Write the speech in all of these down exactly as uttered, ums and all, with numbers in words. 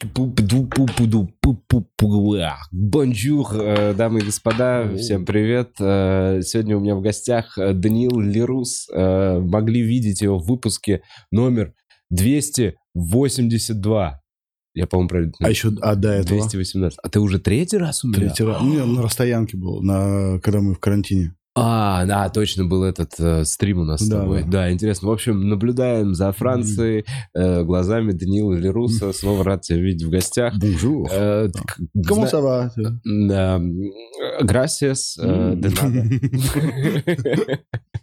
Бонжур, дамы и господа, всем привет. Сегодня у меня в гостях Даниил Лерус. Могли видеть его в выпуске номер двести восемьдесят два. Я, по-моему, правильно... А еще, а до этого? двести восемнадцать. А ты уже третий раз у меня? Третий раз. Ну, я на расстоянке был, на... когда мы в карантине. А, да, точно, был этот э, стрим у нас с да, тобой. Да. да, интересно. В общем, наблюдаем за Францией э, глазами Даниила Леруса. Снова рад тебя видеть в гостях. Бонжур. Э, Comment ça va? Да. Gracias. De nada.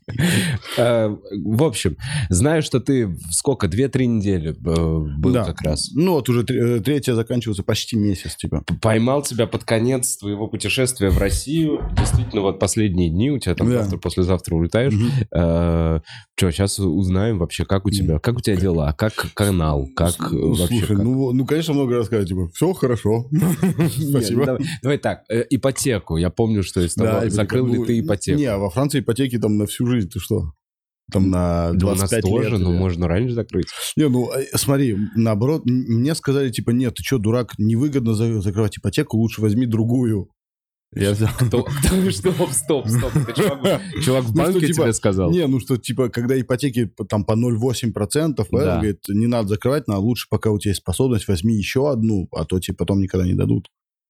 В общем, знаю, что ты сколько, две-три недели был да. как раз. Ну, вот уже третья заканчивается, почти месяц, типа. Поймал тебя под конец твоего путешествия в Россию. Действительно, вот последние дни, у тебя там да. завтра, послезавтра улетаешь. Mm-hmm. А, что, сейчас узнаем вообще, как у тебя, mm-hmm. как у тебя дела, как канал, как ну, вообще... Слушай, как... Ну, ну, конечно, много рассказать, типа, все хорошо. Спасибо. Давай, давай так, ипотеку. Я помню, что из того, да, закрыл ли ты ипотеку. Не, во Франции ипотеки там на всю жизнь, ты что? Там на двадцать пять лет. У нас тоже, лет, но или... можно раньше закрыть. Не, ну, смотри, наоборот, мне сказали, типа, нет, ты что, дурак, невыгодно закрывать ипотеку, лучше возьми другую. Я взял... Кто? Стоп, стоп, стоп. Это чувак, чувак в банке ну, что, типа, тебе сказал? Не, ну что, типа, когда ипотеки там по ноль целых восемь десятых процента, да. говорит, не надо закрывать, надо лучше, пока у тебя есть способность, возьми еще одну, а то тебе потом никогда не дадут.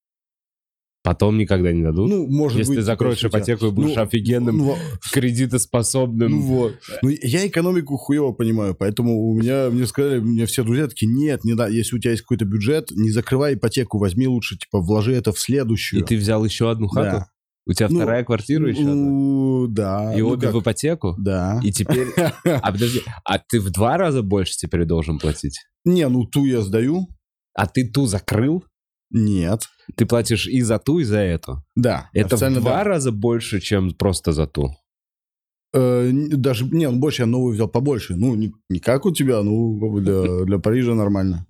Потом никогда не дадут? Ну, может Если быть. Если ты закроешь ипотеку и будешь ну, ну, ну, кредитоспособным. Ну вот. Ну, я экономику хуево понимаю, поэтому у меня, мне сказали, мне все друзья такие, нет, не да, если у тебя есть какой-то бюджет, не закрывай ипотеку, возьми лучше, типа, вложи это в следующую. И ты взял еще одну хату? Да. У тебя ну, вторая квартира еще ну, одна? Да. И ну, обе как? в ипотеку? Да. И теперь... А подожди, а ты в два раза больше теперь должен платить? Не, ну ту я сдаю. А ты ту закрыл? Нет. Ты платишь и за ту, и за эту? Да. Это в два да. раза больше, чем просто за ту? Э, даже, не, он больше, я новую взял побольше. Ну, не, не как у тебя, ну, для, для Парижа нормально.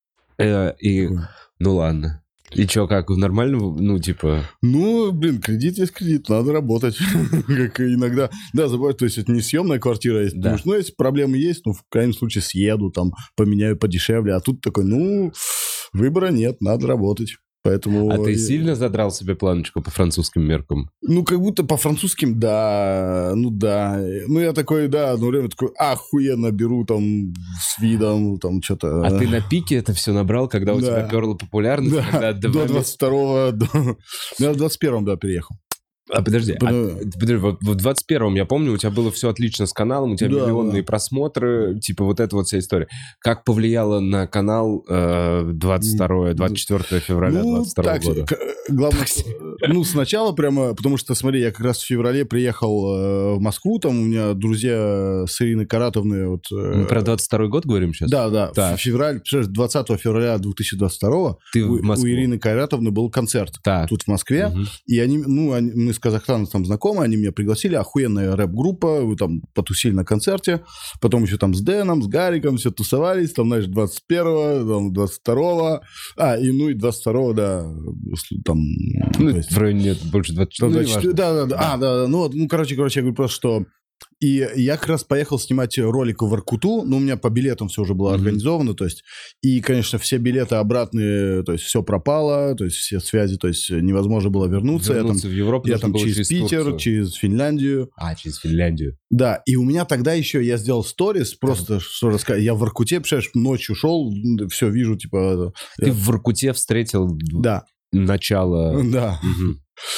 Э, и, ну, ладно. И что, как, нормально, ну, типа... Ну, блин, кредит есть кредит, надо работать. Как иногда... Да, забывай, то есть это не съемная квартира есть. Да. Ну, если проблемы есть, ну, в крайнем случае съеду, там, поменяю подешевле. А тут такой, ну, выбора нет, надо работать. Поэтому... А ты сильно задрал себе планочку по французским меркам? Ну, как будто по французским, да, ну да. Ну, я такой, да, одно время такой, охуенно беру там с видом, там что-то... А ты на пике это все набрал, когда у да. тебя перла популярность? Да, когда до двадцать второго, до... Я в двадцать первом, да, переехал. А подожди, да. а, подожди, в двадцать первом, я помню, у тебя было все отлично с каналом, у тебя да, миллионные да. просмотры, типа вот эта вот вся история. Как повлияло на канал э, двадцать второе, двадцать четвёртое февраля ну, двадцать второго так, года? К- главное, ну, сначала прямо, потому что, смотри, я как раз в феврале приехал э, в Москву, там у меня друзья с Ириной Каратовной. Вот, э, Мы про двадцать второй год говорим сейчас? Да, да, так. в феврале, двадцатого февраля две тысячи двадцать второго Ты у, в Москву. у Ирины Каратовны был концерт так. тут в Москве, угу. и они, ну, они, мы с Казахстана там знакомы, они меня пригласили, охуенная рэп-группа, вы там потусили на концерте, потом еще там с Дэном, с Гариком все тусовались, там, знаешь, двадцать первого, там, двадцать второго, а, и ну и двадцать второго, да, там... Ну, есть, в районе нет, больше двадцать четыре, да, да, да, а, да, ну, ну, короче, короче, я говорю просто, что... И я как раз поехал снимать ролик в Воркуту, но у меня по билетам все уже было mm-hmm. организовано, то есть, и, конечно, все билеты обратные, то есть, все пропало, то есть, все связи, то есть, невозможно было вернуться. Вернуться я там, в Европу я там через, через Питер, Турцию. через Финляндию. А, через Финляндию. Да, и у меня тогда еще, я сделал сторис, просто, mm-hmm. что рассказать, я в Воркуте, представляешь, ночью шел, все вижу, типа... Ты я... в Воркуте встретил... Да. Начало... Да. Угу.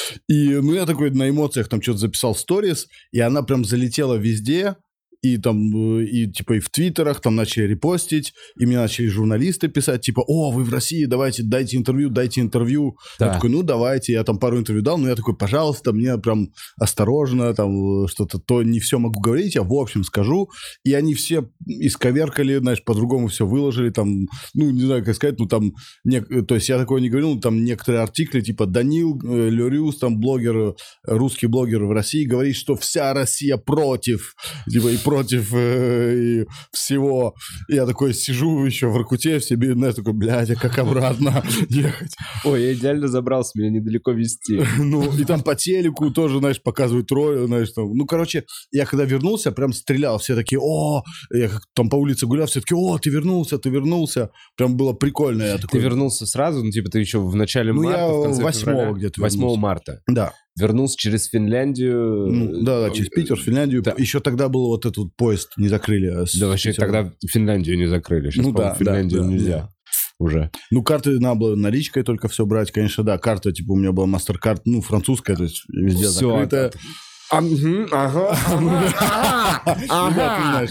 И, ну, я такой на эмоциях там что-то записал сторис, и она прям залетела везде, и там, и типа и в твиттерах там начали репостить, и мне начали журналисты писать, типа, о, вы в России, давайте, дайте интервью, дайте интервью. Да. Я такой, ну, давайте, я там пару интервью дал, но я такой, пожалуйста, мне прям осторожно, там, что-то, то не все могу говорить, я в общем скажу. И они все исковеркали, знаешь, по-другому все выложили, там, ну, не знаю, как сказать, ну, там, не, то есть я такое не говорил, там некоторые артикли, типа, Даниил Лерус, там, блогер, русский блогер в России, говорит, что вся Россия против, типа, и против против э, всего. Я такой сижу еще в Воркуте, в себе, знаешь, такой, блядь, а как обратно ехать? Ой, я идеально забрался, меня недалеко везти. Ну, и там по телеку тоже, знаешь, показывают трое, знаешь, там. Ну, короче, я когда вернулся, прям стрелял, все такие, о, я как там по улице гулял, все такие, о, ты вернулся, ты вернулся. Прям было прикольно. Я такой... Ты вернулся сразу? Ну, типа, ты еще в начале ну, марта, я в конце восьмого где-то восьмого марта. Да. Вернулся через Финляндию. Ну, да, да, через Питер, Финляндию. Да. Еще тогда был вот этот вот поезд, не закрыли. А да, вообще Питера. Тогда Финляндию не закрыли. Сейчас, ну, да, Финляндию да, нельзя да. уже. Ну, карты надо было наличкой только все брать. Конечно, да, карта, типа, у меня была MasterCard, ну, французская, то есть везде все закрытая. Ага, ага,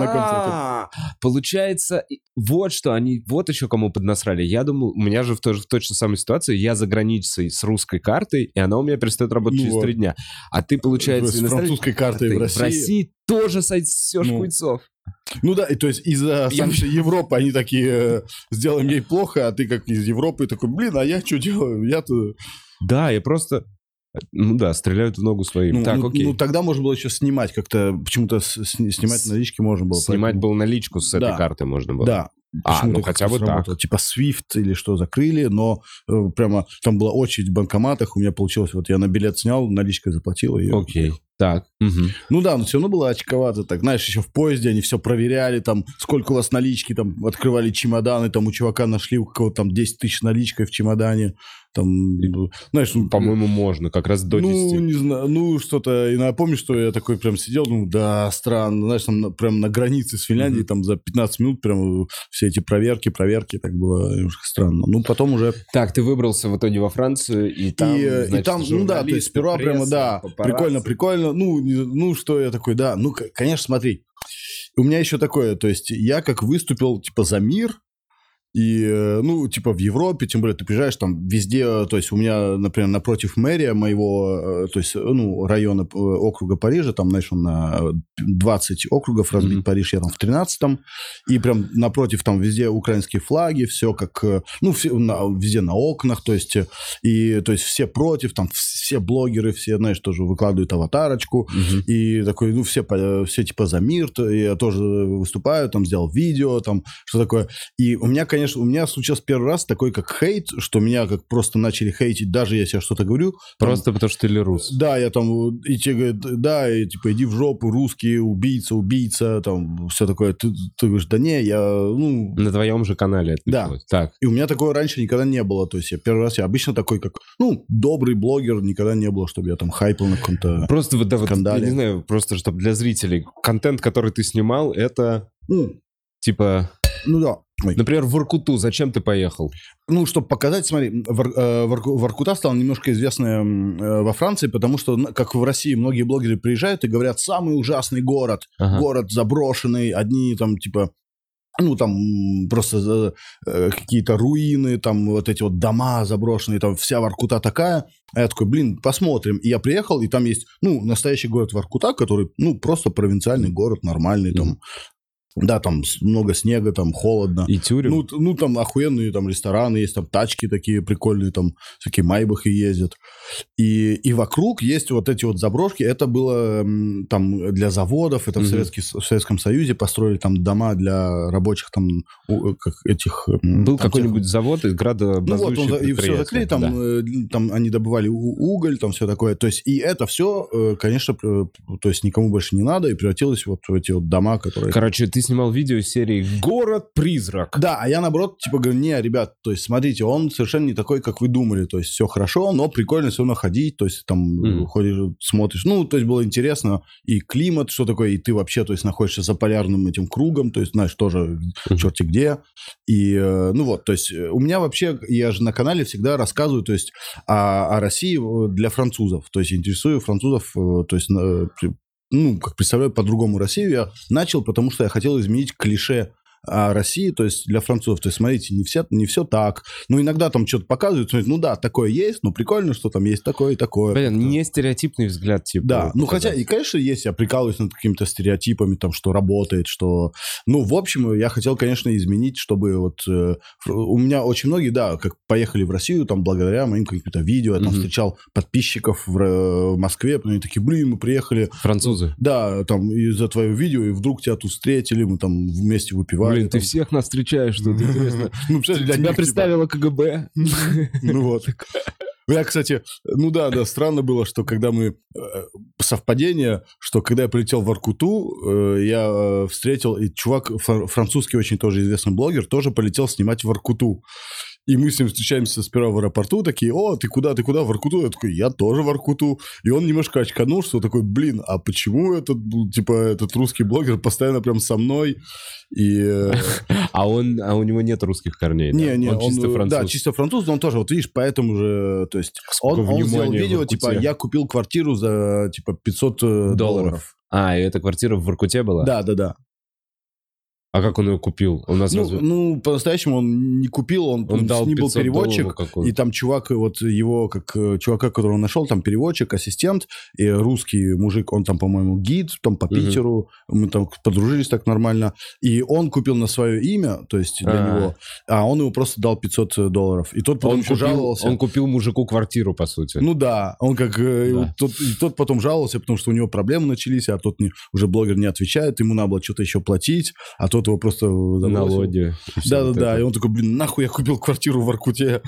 ага. Получается, вот что они, вот еще кому поднасрали. Я думал, у меня же в, той, в точно самой ситуации, я за границей с русской картой, и она у меня перестает работать ну через три дня. А ты, получается, с французской картой в России. В России тоже сосешь ну. хуйцов. Ну да, и то есть из-за санкций Европы они такие, сделаем ей плохо, а ты как из Европы такой, блин, а я что делаю? Я-то... Да, я просто... Ну да, стреляют в ногу своим. Ну, так, ну, окей. Ну тогда можно было еще снимать как-то, почему-то с, снимать налички можно было. Снимать поэтому... было наличку с этой да. карты можно было. Да. А, ну хотя бы так. Типа Swift или что закрыли, но э, прямо там была очередь в банкоматах, у меня получилось, вот я на билет снял, наличкой заплатил. И окей, так. Угу. Ну да, но все равно было очковато. Так, знаешь, еще в поезде они все проверяли, там, сколько у вас налички, там, открывали чемоданы, там, у чувака нашли у кого-то там десять тысяч наличкой в чемодане. Там, знаешь, ну, по-моему, можно, как раз до десяти. Ну, не знаю, ну, что-то, и напомню, что я такой прям сидел, ну, да, странно, знаешь, там, на, прям на границе с Финляндией, mm-hmm. там, за пятнадцать минут прям все эти проверки, проверки, так было немножко странно. Ну, потом уже... Так, ты выбрался в итоге во Францию, и там, и, значит, и там ну, да, то есть сперва пресса, прямо, да, папарацци. Прикольно, прикольно, ну, ну, что я такой, да, ну, конечно, смотри, у меня еще такое, то есть я как выступил, типа, за мир. И, ну, типа, в Европе, тем более, ты приезжаешь там везде, то есть у меня, например, напротив мэрия моего, то есть, ну, района округа Парижа, там, знаешь, он на двадцать округов разбит mm-hmm. Париж, я там в тринадцатом, и прям напротив там везде украинские флаги, все как, ну, все, на, везде на окнах, то есть, и, то есть все против, там, все блогеры, все, знаешь, тоже выкладывают аватарочку, mm-hmm. и такой, ну, все, все, типа, за мир, то, я тоже выступаю, там, сделал видео, там, что такое, и у меня, конечно, Конечно, у меня случился первый раз такой, как хейт, что меня как просто начали хейтить, даже если я что-то говорю. Просто там, потому что ты лирус. Да, я там, и тебе говорят, да, и типа, иди в жопу, русский, убийца, убийца, там, все такое. Ты, ты говоришь, да не, я, ну... На твоем же канале это да. началось. Так. И у меня такого раньше никогда не было. То есть я первый раз, я обычно такой, как, ну, добрый блогер, никогда не было, чтобы я там хайпил на каком-то просто, вот, да, скандале. Вот, я не знаю, просто, чтобы для зрителей, контент, который ты снимал, это, mm. типа... Ну да. Ой. Например, в Воркуту зачем ты поехал? Ну, чтобы показать, смотри, Вор, э, Воркута стала немножко известная э, во Франции, потому что, как в России, многие блогеры приезжают и говорят, самый ужасный город, ага. город заброшенный, одни там, типа, ну, там просто э, какие-то руины, там вот эти вот дома заброшенные, там вся Воркута такая. А я такой, блин, посмотрим. И я приехал, и там есть, ну, настоящий город Воркута, который, ну, просто провинциальный город, нормальный, там, mm. Да, там много снега, там холодно. И тюрем. Ну, ну, там охуенные там рестораны есть, там тачки такие прикольные, там всякие майбахи ездят. И, и вокруг есть вот эти вот заброшки. Это было там для заводов, это mm-hmm. в, Советский, в Советском Союзе построили там дома для рабочих там как этих... Был там, какой-нибудь тех... завод из градообразующих ну, вот он, и все закрыли, там, да. Там они добывали уголь, там все такое. То есть, и это все, конечно, то есть никому больше не надо, и превратилось вот в эти вот дома, которые... Короче, ты снимал видео из серии «Город-призрак». Да, а я, наоборот, типа говорю, не, ребят, то есть, смотрите, он совершенно не такой, как вы думали, то есть, все хорошо, но прикольно все равно ходить, то есть, там, mm. ходишь, смотришь, ну, то есть, было интересно, и климат, что такое, и ты вообще, то есть, находишься за полярным этим кругом, то есть, знаешь, тоже mm. черти где, и, ну, вот, то есть, у меня вообще, я же на канале всегда рассказываю, то есть, о, о России для французов, то есть, интересую французов, то есть, ну, как представляю по-другому Россию, я начал, потому что я хотел изменить клише о России, то есть для французов. То есть, смотрите, не все, не все так. Ну, иногда там что-то показывают, смотрите, ну да, такое есть, ну прикольно, что там есть такое и такое. Блин, не стереоотипный взгляд, типа. Да, ну показать. хотя, и, конечно, есть, я прикалываюсь над какими-то стереотипами, там, что работает, что... Ну, в общем, я хотел, конечно, изменить, чтобы вот... Э, у меня очень многие, да, как поехали в Россию, там, благодаря моим каким-то видео, я там mm-hmm. встречал подписчиков в, в Москве, они такие, блин, мы приехали... Французы. Да, там, из-за твоего видео, и вдруг тебя тут встретили, мы там вместе выпивали. Блин, там. Ты всех нас встречаешь, что интересно. Ну, тебя представило КГБ. Ну вот. Я, кстати, ну да, да, странно было, что когда мы... Совпадение, что когда я прилетел в Воркуту, я встретил... И чувак, французский очень тоже известный блогер, тоже полетел снимать в Воркуту. И мы с ним встречаемся сперва в аэропорту, такие, о, ты куда, ты куда, в Воркуту? Я такой, я тоже в Воркуту. И он немножко очканул, что такой, блин, а почему этот, типа, этот русский блогер постоянно прям со мной? И... А он, а у него нет русских корней, не, да? Не, он, он чисто француз. Да, чисто француз, но он тоже, вот видишь, поэтому же, то есть, он, он сделал видео, типа, я купил квартиру за, типа, пятьсот долларов. долларов. А, и эта квартира в Воркуте была? Да, да, да. А как он ее купил? У нас ну, разве... ну, по-настоящему он не купил, он, он, он дал с ним был переводчик, и там чувак, вот его, как чувака, которого он нашел, там переводчик, ассистент, и русский мужик, он там, по-моему, гид, там по Питеру, uh-huh. мы там подружились так нормально, и он купил на свое имя, то есть для А-а-а. него, а он ему просто дал пятьсот долларов, и тот потом он купил, жаловался. Он купил мужику квартиру, по сути. Ну да, он как, да. тот, и тот потом жаловался, потому что у него проблемы начались, а тот не, уже блогер не отвечает, ему надо было что-то еще платить, а тот его просто... Налоги. Да-да-да, вот и он такой, блин, нахуй я купил квартиру в Воркуте.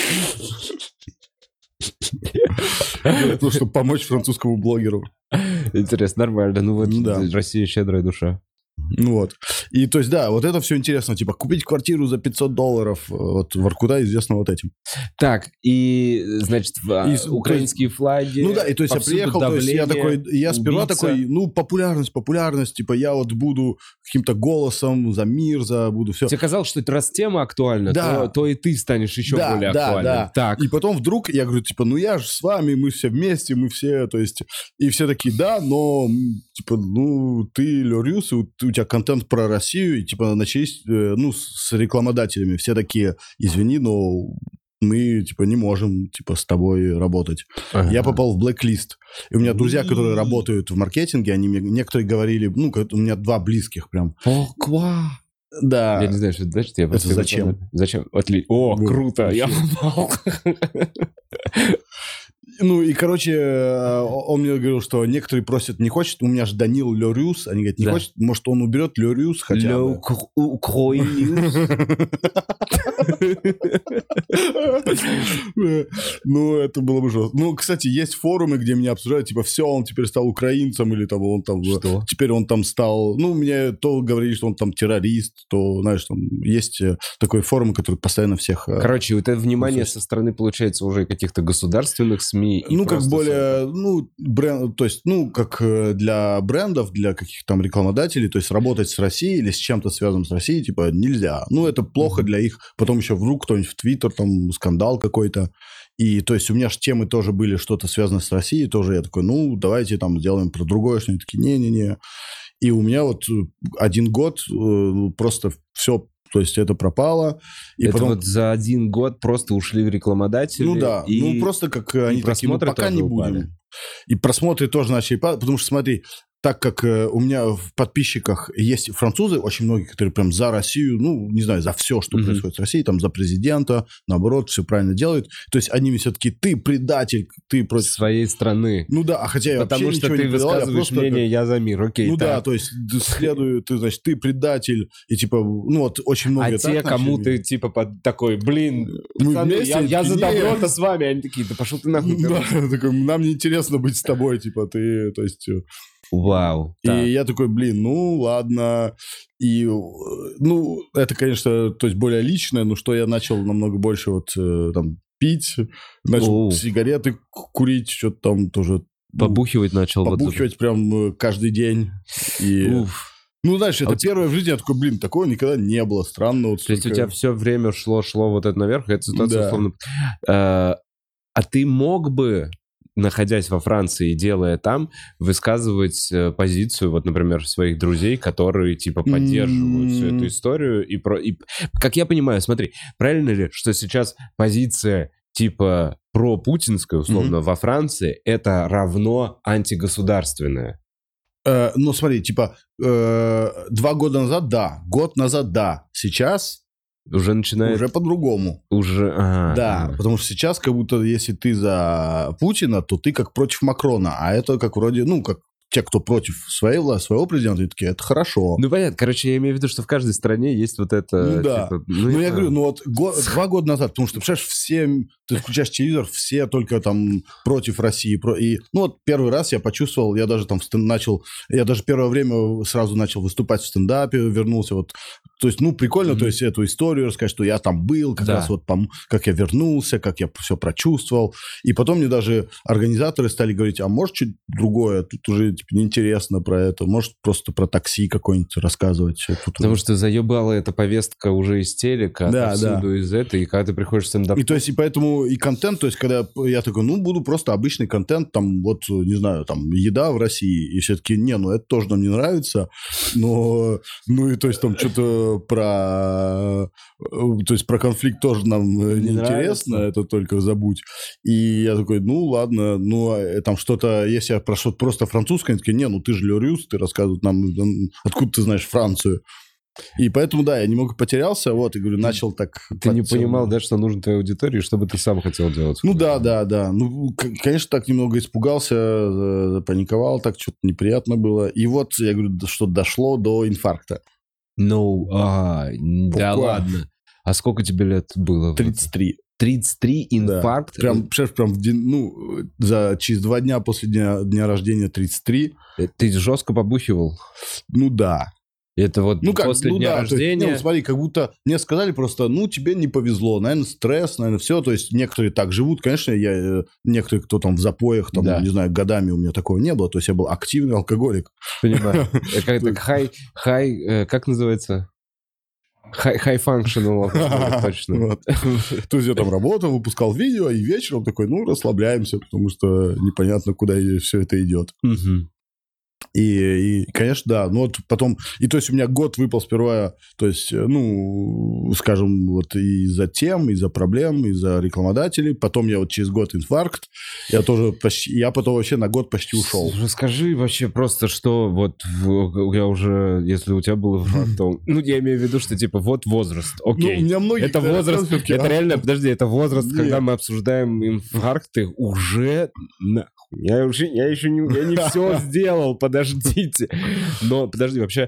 Для того, чтобы помочь французскому блогеру. Интересно, нормально. Ну вот Россия щедрая душа. Ну вот. И то есть, да, вот это все интересно. Типа, купить квартиру за пятьсот долларов. Вот Воркута известна вот этим. Так, и, значит, и, украинские есть, флаги. Ну да, и то есть я приехал, то есть я такой, я сперва убийца. такой, ну, популярность, популярность, типа, я вот буду каким-то голосом за мир, за буду все. Тебе казалось, что это раз тема актуальна, да. то, то и ты станешь еще да, более да, актуальным. Да. Так. И потом вдруг я говорю, типа, ну я же с вами, мы все вместе, мы все, то есть, и все такие, да, но, типа, ну, ты Лёрюс, и у тебя контент про Россию, и, типа, начались, ну, с рекламодателями. Все такие, извини, но мы, типа, не можем, типа, с тобой работать. Ага. Я попал в блэк-лист. И у меня друзья, которые работают в маркетинге, они мне, некоторые говорили, ну, у меня два близких прям. Pourquoi? Да. Я не знаю, что это значит. Я это зачем? Это. Зачем? Отли... О, вот, круто, вообще. Я попал. Ну, и, короче, он мне говорил, что некоторые просят, не хочет, у меня же Данил Лёрюс, они говорят, не да. хочет, может, он уберет Лёрюс хотя Лё... бы. Ну, это было бы жестко. Ну, кстати, есть форумы, где меня обсуждают, типа, все, он теперь стал украинцем, или там он там... Что? Теперь он там стал... Ну, мне то говорили, что он там террорист, то, знаешь, там есть такой форум, который постоянно всех... Короче, вот это внимание со стороны, получается, уже каких-то государственных СМИ. Ну, как более, ну, бренд, то есть, ну, как для брендов, для каких-то там рекламодателей, то есть работать с Россией или с чем-то связанным с Россией, типа, нельзя. Ну, это плохо mm-hmm. для их. Потом еще вдруг кто-нибудь в Твиттер, там, скандал какой-то. И, то есть, у меня же темы тоже были, что-то связанное с Россией, тоже я такой, ну, давайте там сделаем про другое что-нибудь. Такие, не-не-не. И у меня вот один год просто все... То есть это пропало. И это потом... вот за один год просто ушли в рекламодатели. Ну да, и... ну просто как они такие, ну пока не упали. будем. И просмотры тоже начали падать, потому что смотри, так как э, у меня в подписчиках есть французы, очень многие, которые прям за Россию, ну, не знаю, за все, что mm-hmm. происходит в России, там, за президента, наоборот, все правильно делают. То есть они мне все-таки, ты предатель, ты против... своей страны. Ну да, а хотя я Потому вообще что ничего ты не предал, высказываешь я мнение, я за мир, окей. Ну так. да, то есть следую, ты, значит, ты предатель, и типа, ну вот очень много... А те, кому ты, типа, под такой, блин, мы пацаны, вместе, я, я за нет. добро-то с вами, они такие, да пошел ты нахуй. Да, такой, нам неинтересно быть с тобой, типа, ты, то есть... Вау. И так. Я такой, блин, ну ладно. И, ну, это, конечно, то есть более личное, но что я начал намного больше вот там пить, начал Оу. сигареты курить, что-то там тоже... Побухивать начал. Побухивать вот прям каждый день. И... Уф. Ну, знаешь, это а первое в жизни, я такой, блин, такого никогда не было, странно. Вот то столько... есть у тебя все время шло-шло вот это наверх, и эта ситуация да. условно... А, а ты мог бы... находясь во Франции и делая там, высказывать э, позицию, вот, например, своих друзей, которые, типа, поддерживают mm-hmm. всю эту историю. И, про... и, как я понимаю, смотри, правильно ли, что сейчас позиция, типа, про-путинская, условно, mm-hmm. во Франции, это равно антигосударственная? Э, ну, смотри, типа, э, два года назад, да, год назад, да, сейчас... Уже начинает... Уже по-другому. Уже, ага. Да, ага. потому что сейчас как будто, если ты за Путина, то ты как против Макрона, а это как вроде, ну, как те, кто против своей власти, своего президента, они такие, это хорошо. Ну, понятно. Короче, я имею в виду, что в каждой стране есть вот это... Ну, да. Типа, ну, ну, я говорю, ну, вот год, два года назад, потому что, представляешь, все, ты включаешь телевизор, все только там против России. Про, и, ну, вот первый раз я почувствовал, я даже там начал, я даже первое время сразу начал выступать в стендапе, вернулся вот. То есть, ну, прикольно, mm-hmm. то есть, эту историю рассказать, что я там был, как да. раз вот, как я вернулся, как я все прочувствовал. И потом мне даже организаторы стали говорить, а может, чуть другое, тут уже типа, неинтересно про это, может, просто про такси какое-нибудь рассказывать. Тут Потому уже... что заебала эта повестка уже из телека, да, отсюда да. из этой, и когда ты приходишь в стендап... И то есть, и поэтому и контент, то есть, когда я такой, ну, буду просто обычный контент, там, вот, не знаю, там, еда в России, и все таки не, ну, это тоже нам не нравится, но, ну, и то есть, там, что-то про, то есть, про конфликт тоже нам не интересно, это только забудь. И я такой, ну, ладно, ну, там что-то, если я про что-то просто французское, они такие, не, ну, ты же Лерюс, ты рассказываешь нам, откуда ты знаешь Францию. И поэтому, да, я немного потерялся, вот, и говорю, начал так... Ты не понимал, да, что нужно твоей аудитории, что бы ты сам хотел делать? Ну, да, да, да. Ну, конечно, так немного испугался, паниковал, так что-то неприятно было. И вот, я говорю, что дошло до инфаркта. Ну, а, да ладно. А сколько тебе лет было? тридцать три. тридцать три, инфаркт? Да. Прям, прям, прям в день, ну, за, через два дня после дня, дня рождения тридцать три. Ты жестко побухивал? Ну, да. Это вот ну, как, после ну, дня да, рождения... Есть, ну, смотри, как будто мне сказали просто, ну, тебе не повезло, наверное, стресс, наверное, все. То есть, некоторые так живут. Конечно, я, некоторые, кто там в запоях, там, да. не знаю, годами у меня такого не было. То есть, я был активный алкоголик. Понимаю. Как хай, хай, как называется? High functional, точно. То есть, я там работал, выпускал видео, и вечером такой, ну, расслабляемся, потому что непонятно, куда все это идет. И, и, конечно, да, ну вот потом, и то есть у меня год выпал сперва, то есть, ну, скажем, вот из-за тем, из-за проблем, из-за рекламодателей, потом я вот через год инфаркт, я тоже почти, я потом вообще на год почти ушел. Расскажи вообще просто, что вот я уже, если у тебя был инфаркт, то, ну, я имею в виду, что типа вот возраст, окей. Ну, у меня многие... Это возраст, это реально, подожди, это возраст, когда мы обсуждаем инфаркты, уже... Я, уже, я еще не, я не все сделал, подождите. Но, подожди, вообще,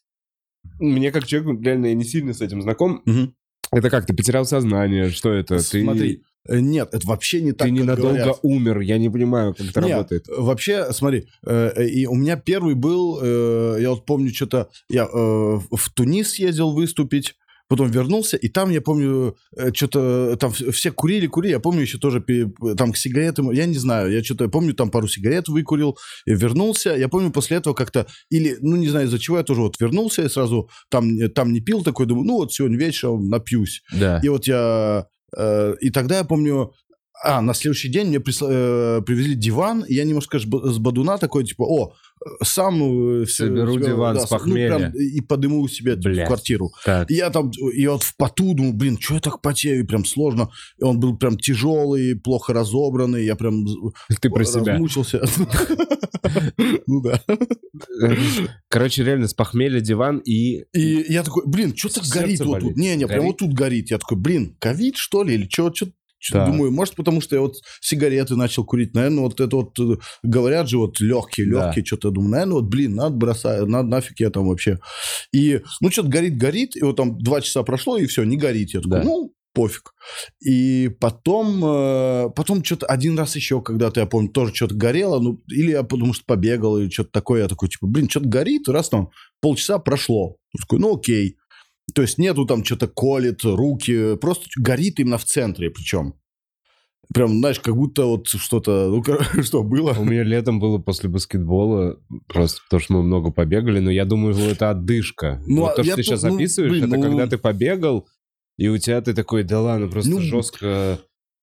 мне как человеку, реально, я не сильно с этим знаком. Угу. Это как, ты потерял сознание? Что это? Смотри, ты... нет, это вообще не так, Ты ненадолго говорят. умер, я не понимаю, как это нет, работает. Вообще, смотри, э, и у меня первый был, э, я вот помню, что-то, я э, в Тунис съездил выступить, потом вернулся, и там, я помню, что-то там все курили, курили. Я помню еще тоже там сигареты, я не знаю, я что-то помню, там пару сигарет выкурил, и вернулся. Я помню, после этого как-то, или, ну, не знаю, из-за чего, я тоже вот вернулся, и сразу там, там не пил, такой, думаю, ну, вот сегодня вечером напьюсь. Да. И вот я, э, и тогда я помню, а, на следующий день мне присла, э, привезли диван, и я немножко с бодуна такой, типа, о, сам... Соберу себя, диван да, с похмелья. Ну, прям, и подыму себе в квартиру. Так. И я там, и вот в поту думаю, блин, что я так потею, и прям сложно. И он был прям тяжелый, плохо разобранный, я прям... Ты про себя. Размучился. Ну да. Короче, реально, с похмелья диван и... И я такой, блин, что так горит вот тут? Не-не, прям вот тут горит. Я такой, блин, ковид, что ли? Или что? Да. Думаю, может, потому что я вот сигареты начал курить. Наверное, вот это вот, говорят же, вот легкие, легкие, да. Что-то. Думаю, наверное, вот, блин, надо бросать, надо, нафиг я там вообще. И, ну, что-то горит, горит, и вот там два часа прошло, и все, не горит. Я такой, да. ну, пофиг. И потом, потом что-то один раз еще, когда-то, я помню, тоже что-то горело, ну, или я потому что побегал, или что-то такое. Я такой, типа, блин, что-то горит, раз там полчаса прошло. Я такой, ну, окей. То есть нету там что-то колет, руки, просто горит именно в центре причем. Прям, знаешь, как будто вот что-то, ну, что было. У меня летом было после баскетбола, просто потому что мы много побегали, но я думаю, что это отдышка. Ну, вот то, что ты сейчас ну, описываешь, блин, это ну... когда ты побегал, и у тебя ты такой, да ладно, просто ну... жестко...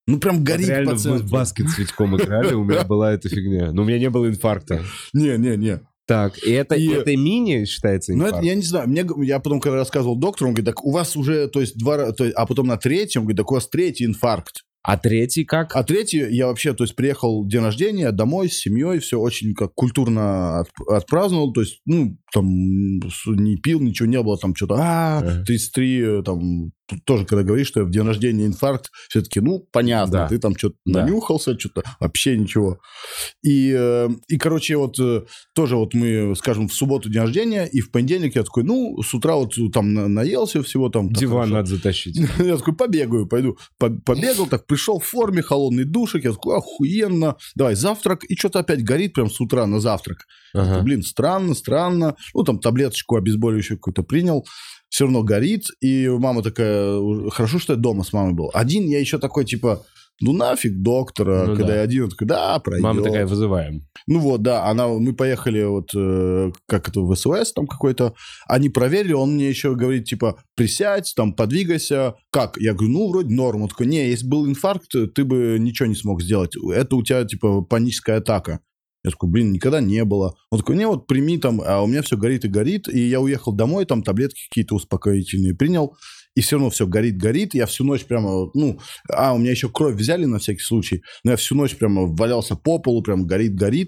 Ну, прям горит Реально по центру. в баскет с Витьком играли, у меня была эта фигня. Но у меня не было инфаркта. Не-не-не. Так, и это, И- это мини считается Ну, инфаркт? это, я не знаю, мне, г- я потом, когда рассказывал доктору, он говорит, так у вас уже, то есть, два раза, то есть, а потом на третьем, он говорит, так у вас третий инфаркт. А третий как? А третий, я вообще, то есть, приехал день рождения домой с семьей, все очень как культурно от- отпраздновал, то есть, ну, там, с- не пил, ничего не было, там, что-то, а, Ага. тридцать три, там, тут тоже, когда говоришь, что я в день рождения инфаркт, все-таки, ну, понятно, Да. ты там что-то Да. нанюхался, что-то, вообще ничего. И, э, и, короче, вот, э, тоже вот мы, скажем, в субботу день рождения, и в понедельник я такой, ну, с утра вот там на- наелся всего, там, так Диван хорошо. надо затащить. Я такой, побегаю, пойду. По- Побегал, так пришел в форме, холодный душик. Я такой, охуенно. Давай завтрак. И что-то опять горит прям с утра на завтрак. Ага. Такой, блин, странно, странно. Ну, там таблеточку обезболивающую какую-то принял. Все равно горит. И мама такая, «Уж- хорошо, что я дома с мамой был. Один я еще такой, типа, ну нафиг доктора. Ну Когда да. я один, я такой, да, пройдет. Мама такая, вызываем. Ну вот, да, она, мы поехали вот, э, как это, в СОС там какой-то, они проверили, он мне еще говорит, типа, присядь, там, подвигайся. Как? Я говорю, ну, вроде норм. Он такой, не, если был инфаркт, ты бы ничего не смог сделать. Это у тебя, типа, паническая атака. Я такой, блин, никогда не было. Он такой, не, вот прими там, а у меня все горит и горит. И я уехал домой, там таблетки какие-то успокоительные принял. И все равно все горит, горит. Я всю ночь прямо, ну, а, у меня еще кровь взяли на всякий случай. Но я всю ночь прямо валялся по полу, прям горит, горит.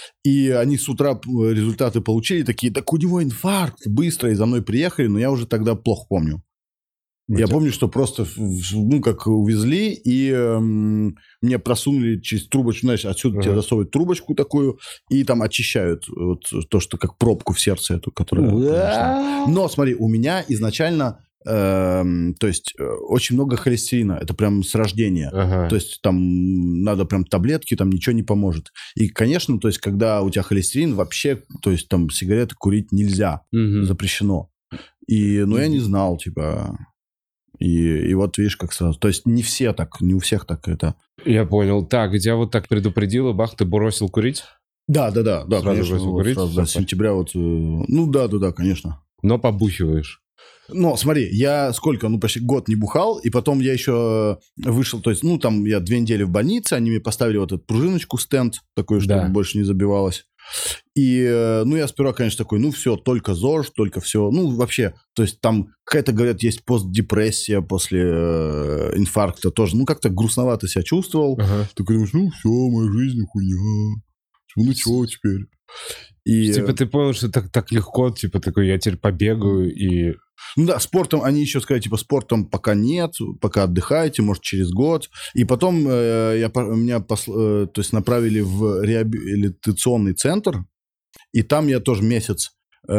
И они с утра п- результаты получили, такие, так у него инфаркт, быстро, и за мной приехали, но я уже тогда плохо помню. Я Это- помню, что просто, в- в- ну, как увезли, и эм, мне просунули через трубочку, знаешь, отсюда Ага. тебе засовывают трубочку такую, и там очищают вот то, что как пробку в сердце эту, которая... конечно. Но смотри, у меня изначально, эм, то есть, э, очень много холестерина, это прям с рождения. Ага. То есть там надо прям таблетки, там ничего не поможет. И, конечно, то есть, когда у тебя холестерин, вообще, то есть там сигареты курить нельзя, Мгм. запрещено. И, ну, я не знал, типа... И, и вот видишь, как сразу. То есть не все так, не у всех так это. Я понял. Так, и тебя вот так предупредило, бах, ты бросил курить, Да, да, да, да, Сразу конечно. бросил вот курить? сразу, да, с сентября вот. э, Ну да, да, да, конечно. но побухиваешь. Но смотри, я сколько, ну почти год не бухал, и потом я еще вышел, то есть, ну там я две недели в больнице, они мне поставили вот эту пружиночку, стенд такой, чтобы Да. больше не забивалось. И, э, ну, я сперва, конечно, такой, ну, все, только ЗОЖ, только все, ну, вообще, то есть там какая-то, говорят, есть постдепрессия после э, инфаркта тоже, ну, как-то грустновато себя чувствовал. Ага. Такой думаешь, ну, все, моя жизнь хуйня, ну, что теперь? И, Типа ты понял, что так, так легко, типа такой, я теперь побегаю и... ну да, спортом, они еще сказали, типа, спортом пока нет, пока отдыхаете, может, через год. И потом э, я, по- меня посл- э, то есть направили в реабилитационный центр, и там я тоже месяц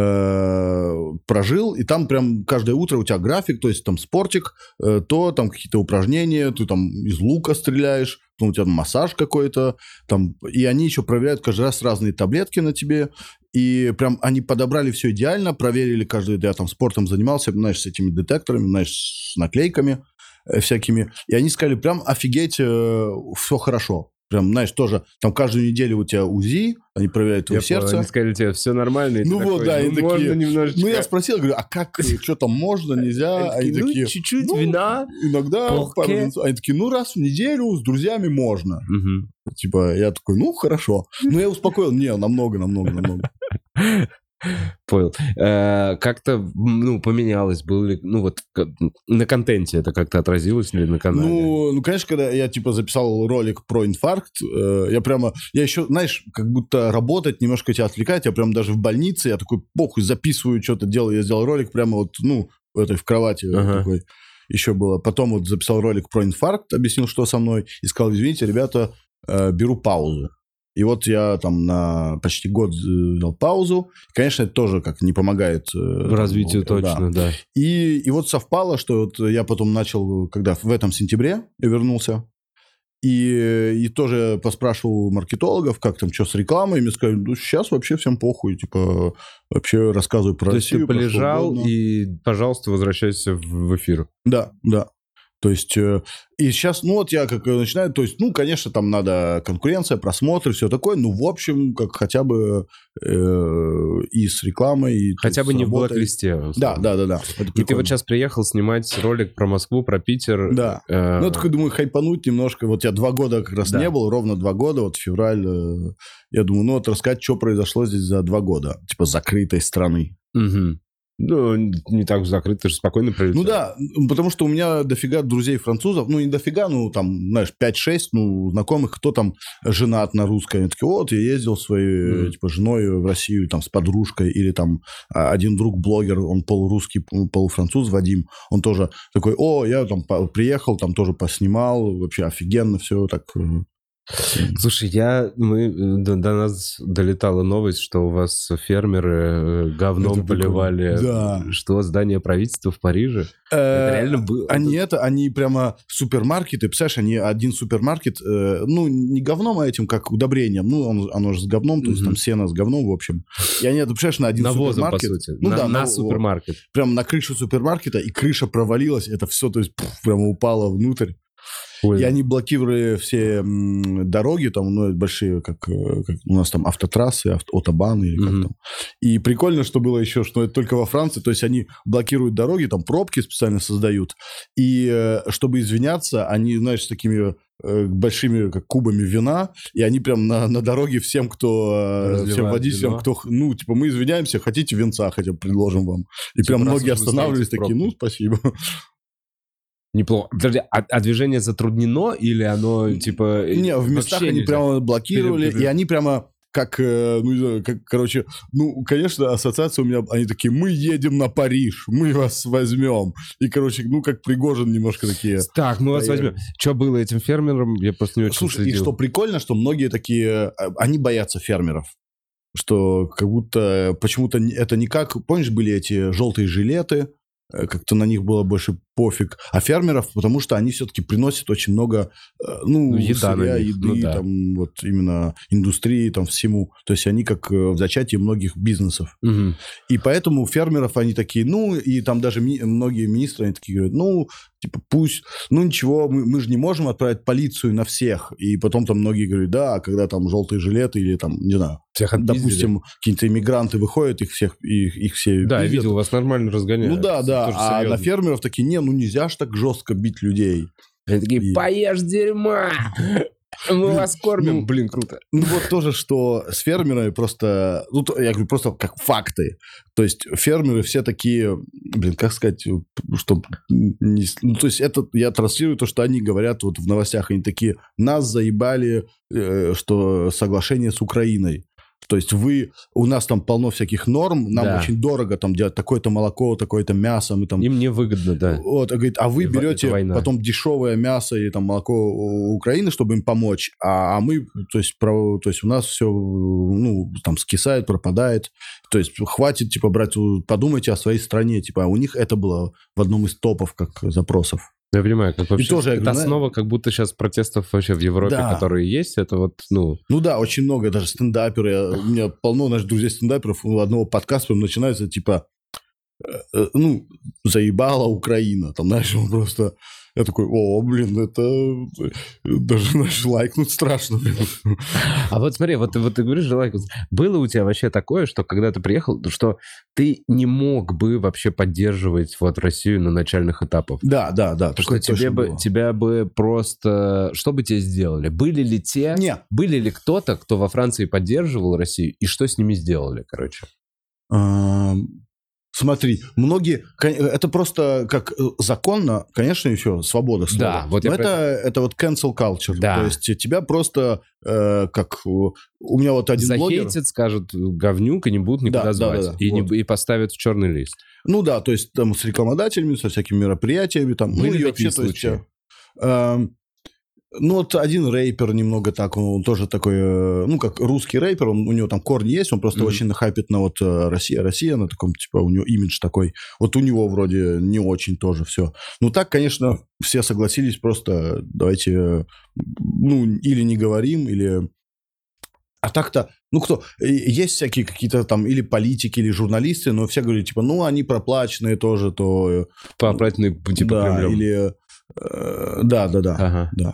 э, прожил, и там прям каждое утро у тебя график, то есть там спортик, э, то там какие-то упражнения, ты там из лука стреляешь, потом у тебя массаж какой-то, там, и они еще проверяют каждый раз разные таблетки на тебе, и прям они подобрали все идеально, проверили каждый, я там спортом занимался, знаешь, с этими детекторами, знаешь, с наклейками э, всякими, и они сказали, прям офигеть, э, все хорошо. Прям, знаешь, тоже, там каждую неделю у тебя УЗИ, они проверяют твое Я понял, сердце. Они сказали тебе, все нормально. и ты Ну вот, такой, да, ну, и такие, можно немножечко. Ну, я спросил, говорю, а как, что там можно, нельзя? Они Они такие, ну, такие, чуть-чуть ну, вина. иногда порке. пару вин- Они такие, ну, раз в неделю с друзьями можно. Мгм. Типа, я такой, ну, хорошо. Ну, я успокоил, не, намного, намного, намного. Понял. Э, Как-то, ну, поменялось, было ли, ну, вот к- на контенте это как-то отразилось ли на канале? Ну, ну, конечно, когда я, типа, записал ролик про инфаркт, э, я прямо, я еще, знаешь, как будто работать немножко тебя отвлекает, я прям даже в больнице, я такой, похуй, записываю, что-то делаю, я сделал ролик прямо вот, ну, в этой, в кровати Ага. такой еще было. Потом вот записал ролик про инфаркт, объяснил, что со мной, и сказал, извините, ребята, э, беру паузу. И вот я там на почти год э, взял паузу. Конечно, это тоже как не помогает. э, В развитию там, да. точно, да. И, и вот совпало, что вот я потом начал, когда в этом сентябре я вернулся, и, и тоже поспрашивал у маркетологов, как там, что с рекламой, и мне сказали, ну, сейчас вообще всем похуй, типа, вообще рассказывай про То есть Россию, ты про что полежал угодно. и, пожалуйста, возвращайся в в эфир. Да, да. То есть, э, и сейчас, ну, вот я как начинаю, то есть, ну, конечно, там надо конкуренция, просмотры, все такое, ну, в общем, как хотя бы э, и с рекламой, и Хотя бы не в блэк-листе. Да, да, да, да. И ты вот сейчас приехал снимать ролик про Москву, про Питер. Да. Э... Ну, я такой думаю, хайпануть немножко. Вот я два года как раз да. не был, ровно два года, вот февраль. Э, я думаю, ну, вот рассказать, что произошло здесь за два года, типа закрытой страны. Угу. Ну, не так закрыто, ты же спокойно прилетел. Ну да, потому что у меня дофига друзей-французов, ну не дофига, ну там, знаешь, пять-шесть, ну, знакомых, кто там женат на русской. Они такие, вот, я ездил своей, mm. типа, женой в Россию, там, с подружкой, или там один друг-блогер, он полурусский, полуфранцуз, Вадим, он тоже такой, о, я там приехал, там тоже поснимал, вообще офигенно все так... Слушай, я, мы, до, до нас долетала новость, что у вас фермеры говном поливали, да. что здание правительства в Париже. Это реально было? Они это, они прямо супермаркеты, представляешь, они один супермаркет, ну, не говном, а этим, как удобрением, ну, он, оно же с говном, то есть там сено с говном, в общем. И они это, представляешь, на один навозом, супермаркет. по сути, ну, на, да, на на супермаркет. Прям на крышу супермаркета, и крыша провалилась, это все, то есть, пфф, прямо упало внутрь. Ой. И они блокировали все м, дороги, там, ну, большие, как, как у нас там автотрассы, авто, автобаны, или как mm-hmm. там. И прикольно, что было еще, что это только во Франции, то есть они блокируют дороги, там пробки специально создают, и э, чтобы извиняться, они, знаешь, с такими э, большими как кубами вина, и они прям на, на дороге всем, кто, э, всем водителям, кто, ну, типа, мы извиняемся, хотите винца, хотя бы предложим вам. И типа, прям многие останавливались такие, ну, спасибо. Неплохо. Подожди, а, а движение затруднено или оно, типа... Не, в местах они прямо блокировали, и они прямо как, ну, как, короче, ну, конечно, ассоциация у меня, они такие, мы едем на Париж, мы вас возьмем. И, короче, ну, как Пригожин немножко такие... Так, мы вас возьмем. Что было этим фермерам? Я просто не очень Слушай, следил. И что прикольно, что многие такие, они боятся фермеров. Что как будто почему-то это не как... Помнишь, были эти желтые жилеты? Как-то на них было больше пофиг. А фермеров, потому что они все-таки приносят очень много, ну, еда сырья, еды, ну, да. там, вот именно индустрии, там, всему. То есть они как в зачатии многих бизнесов. Угу. И поэтому фермеров они такие, ну, и там даже ми- многие министры, они такие говорят, ну, типа, пусть, ну, ничего, мы, мы же не можем отправить полицию на всех. И потом там многие говорят, да, когда там желтые жилеты или там, не знаю, всех допустим, какие-то иммигранты выходят, их всех, их, их все Да, пиздят. я видел, вас нормально разгоняют. Ну, да, да, а на фермеров такие, не, ну, нельзя ж так жестко бить людей. Они такие, и... поешь дерьма! Мы вас кормим. Ну, блин, круто. Ну, вот тоже, что с фермерами просто... Ну, я говорю, просто как факты. То есть фермеры все такие... Блин, как сказать, что... Не, ну, то есть это я транслирую то, что они говорят вот в новостях. Они такие, нас заебали, э, что соглашение с Украиной. То есть вы, у нас там полно всяких норм, нам да. очень дорого там делать такое-то молоко, такое-то мясо. Мы там... Им невыгодно, да. Вот, говорит, а вы и берете потом дешевое мясо и там молоко Украины, чтобы им помочь, а, а мы, то есть, про, то есть у нас все, ну, там скисает, пропадает. То есть хватит, типа, брать, подумайте о своей стране. Типа, а у них это было в одном из топов как запросов. Я понимаю, как вообще... тоже, это говорю, основа на... как будто сейчас протестов вообще в Европе, да. которые есть, это вот, ну... Ну да, очень много, даже стендаперы. У меня полно наших друзей-стендаперов. У одного подкаста начинается, типа, э, ну, заебала Украина. Там, знаешь, он просто... Я такой, о, блин, это даже, знаешь, лайкнуть страшно. Блин. А вот смотри, вот, вот ты говоришь, лайкнуть. Было у тебя вообще такое, что когда ты приехал, что ты не мог бы вообще поддерживать вот Россию на начальных этапах? Да, да, да. Что тебе бы, тебя бы просто... Что бы тебе сделали? Были ли те... Не. Были ли кто-то, кто во Франции поддерживал Россию, и что с ними сделали, короче? Смотри, многие... Это просто как законно, конечно, еще свобода слова. Да, вот Но я это, про... это вот cancel culture. Да. То есть тебя просто э, как... У меня вот один захейтят, блогер... скажут говнюк, и не будут никуда да, звать. Да, да, да. И, Вот. не, и поставят в черный лист. Ну да, то есть там с рекламодателями, со всякими мероприятиями. Там, были ну, и такие вообще, случаи? То есть, э, ну, вот один рэпер немного так, он тоже такой, ну, как русский рэпер, он, у него там корни есть, он просто mm-hmm. очень нахайпит на вот Россия, Россия, на таком, типа, у него имидж такой. Вот у него вроде не очень тоже все. Ну, так, конечно, все согласились просто, давайте, ну, или не говорим, или... А так-то, ну, кто? Есть всякие какие-то там или политики, или журналисты, но все говорят, типа, ну, они проплаченные тоже, то... Проплаченные, типа, да, Кремлем. или... Э, Да, да, да. Ага, Да.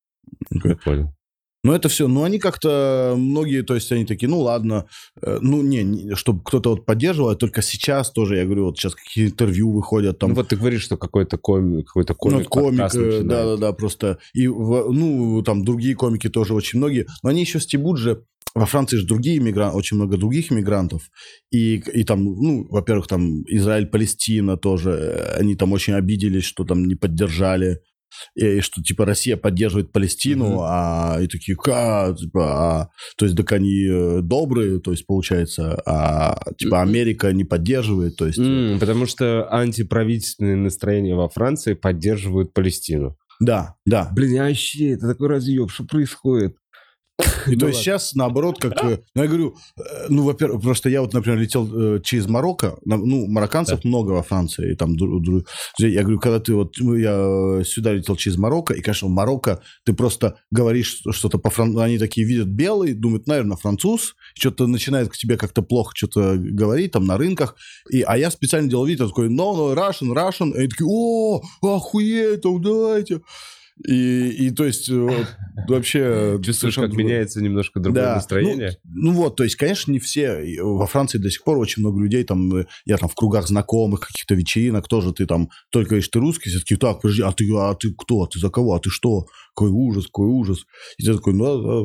я понял. Ну, это все, ну, они как-то, многие, то есть, они такие, ну, ладно, э, ну, не, не, чтобы кто-то вот поддерживал, а только сейчас тоже, я говорю, вот сейчас какие-то интервью выходят там. Ну, вот ты говоришь, что какой-то комик, какой-то комик, Ну, комик, подкаст начинает. да-да-да, просто, и, в- ну, там другие комики тоже очень многие, но они еще стебут же, во Франции же другие иммигранты, очень много других иммигрантов, и, и там, ну, во-первых, там Израиль, Палестина тоже, э, они там очень обиделись, что там не поддержали, и, и что, типа, Россия поддерживает Палестину, Мгм. а и такие, как, типа, а, то есть, так они э, добрые, то есть, получается, а, типа, Америка не поддерживает, то есть, э, М, потому что антиправительственные настроения во Франции поддерживают Палестину. да, да. Блин, я вообще, это такой разъеб, что происходит? И Ну то есть ладно. сейчас, наоборот, как... э, Ну, я говорю, э, ну, во-первых, просто я вот, например, летел э, через Марокко. на- Ну, марокканцев много во Франции. И там, дру- дру- я говорю, когда ты вот... ну, я сюда летел через Марокко, и, конечно, в Марокко ты просто говоришь что-то по-французски. Они такие видят белый, думают, наверное, француз. Что-то начинает к тебе как-то плохо что-то говорить там на рынках. И, а я специально делал вид, я такой, no, no, Russian, Russian. И они такие, о, охуеть, там, давайте. И, и то есть вот, вообще... Чувствуешь, совершенно как другое. меняется немножко другое Да. настроение? Ну, ну вот, то есть, конечно, не все. И во Франции до сих пор очень много людей, там, э, я там в кругах знакомых, каких-то вечеринок, тоже ты там только говоришь, ты русский, все такие, так, подожди, а ты, а ты кто, а ты за кого, а ты что? Какой ужас, какой ужас. И ты такой, ну, да, да,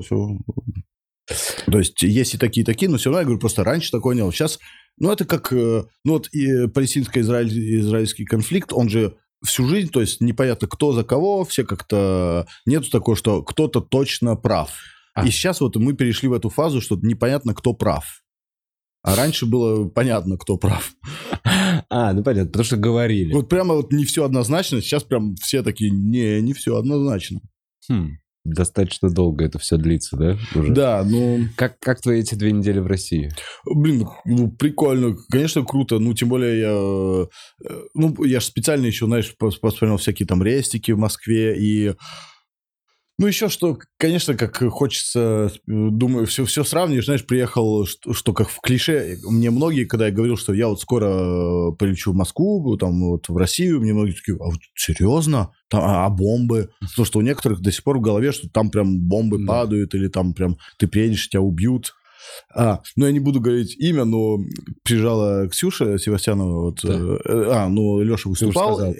все. То есть, есть и такие, и такие, но все равно, я говорю, просто раньше такое не было. Сейчас, ну, это как, э, ну, вот и палестинско-израильский конфликт, он же всю жизнь, то есть непонятно, кто за кого, все как-то... Нету такого, что кто-то точно прав. А. И сейчас вот мы перешли в эту фазу, что непонятно, кто прав. А раньше было понятно, кто прав. А, ну понятно, потому что говорили. Вот прямо вот не все однозначно, сейчас прям все такие, не, не все однозначно. Хм, достаточно долго это все длится, да? Уже? Да, ну... Как, как твои эти две недели в России? Блин, ну, прикольно, конечно, круто. Ну, тем более я... э, Ну, я же специально еще, знаешь, пос- посмотрел всякие там рестики в Москве и... Ну, еще что, конечно, как хочется, э, думаю, все, все сравниваешь, знаешь, приехал, что, что как в клише, мне многие, когда я говорил, что я вот скоро э, прилечу в Москву, там вот в Россию, мне многие такие, а вот серьезно? Там, а, а бомбы? Потому что у некоторых до сих пор в голове, что там прям бомбы Да. падают, или там прям ты приедешь, тебя убьют. А, ну, я не буду говорить имя, но приезжала Ксюша Севастьянова, вот, Да. э, а, ну, Леша Ты уже выступал. сказал.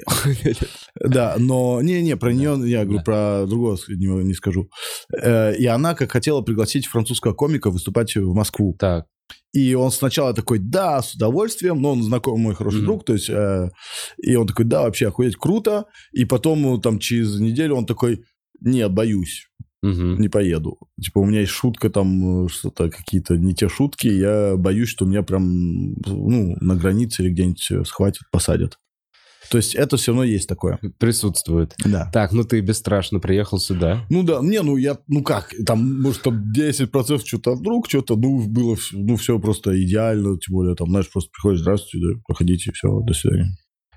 Да, но не-не, про Да. нее я говорю, Да. про другого не, не скажу. Э, И она как хотела пригласить французского комика выступать в Москву. Так, И он сначала такой, да, с удовольствием, но он знакомый, мой хороший Мгм. друг, то есть, э, и он такой, да, вообще охуеть, круто. И потом, ну, там, через неделю он такой, нет, боюсь, мгм. не поеду. Типа, у меня есть шутка там, э, что-то, какие-то не те шутки, я боюсь, что меня прям, ну, на границе или где-нибудь э, схватят, посадят. То есть, это все равно есть такое. Присутствует. Да. Так, ну ты бесстрашно приехал сюда. Ну да, не, ну я, ну как, там, может, там десять процентов что-то вдруг, что-то, ну, было, вс- ну, все просто идеально, тем более, там, знаешь, просто приходишь, здравствуйте, да, проходите, все, до свидания.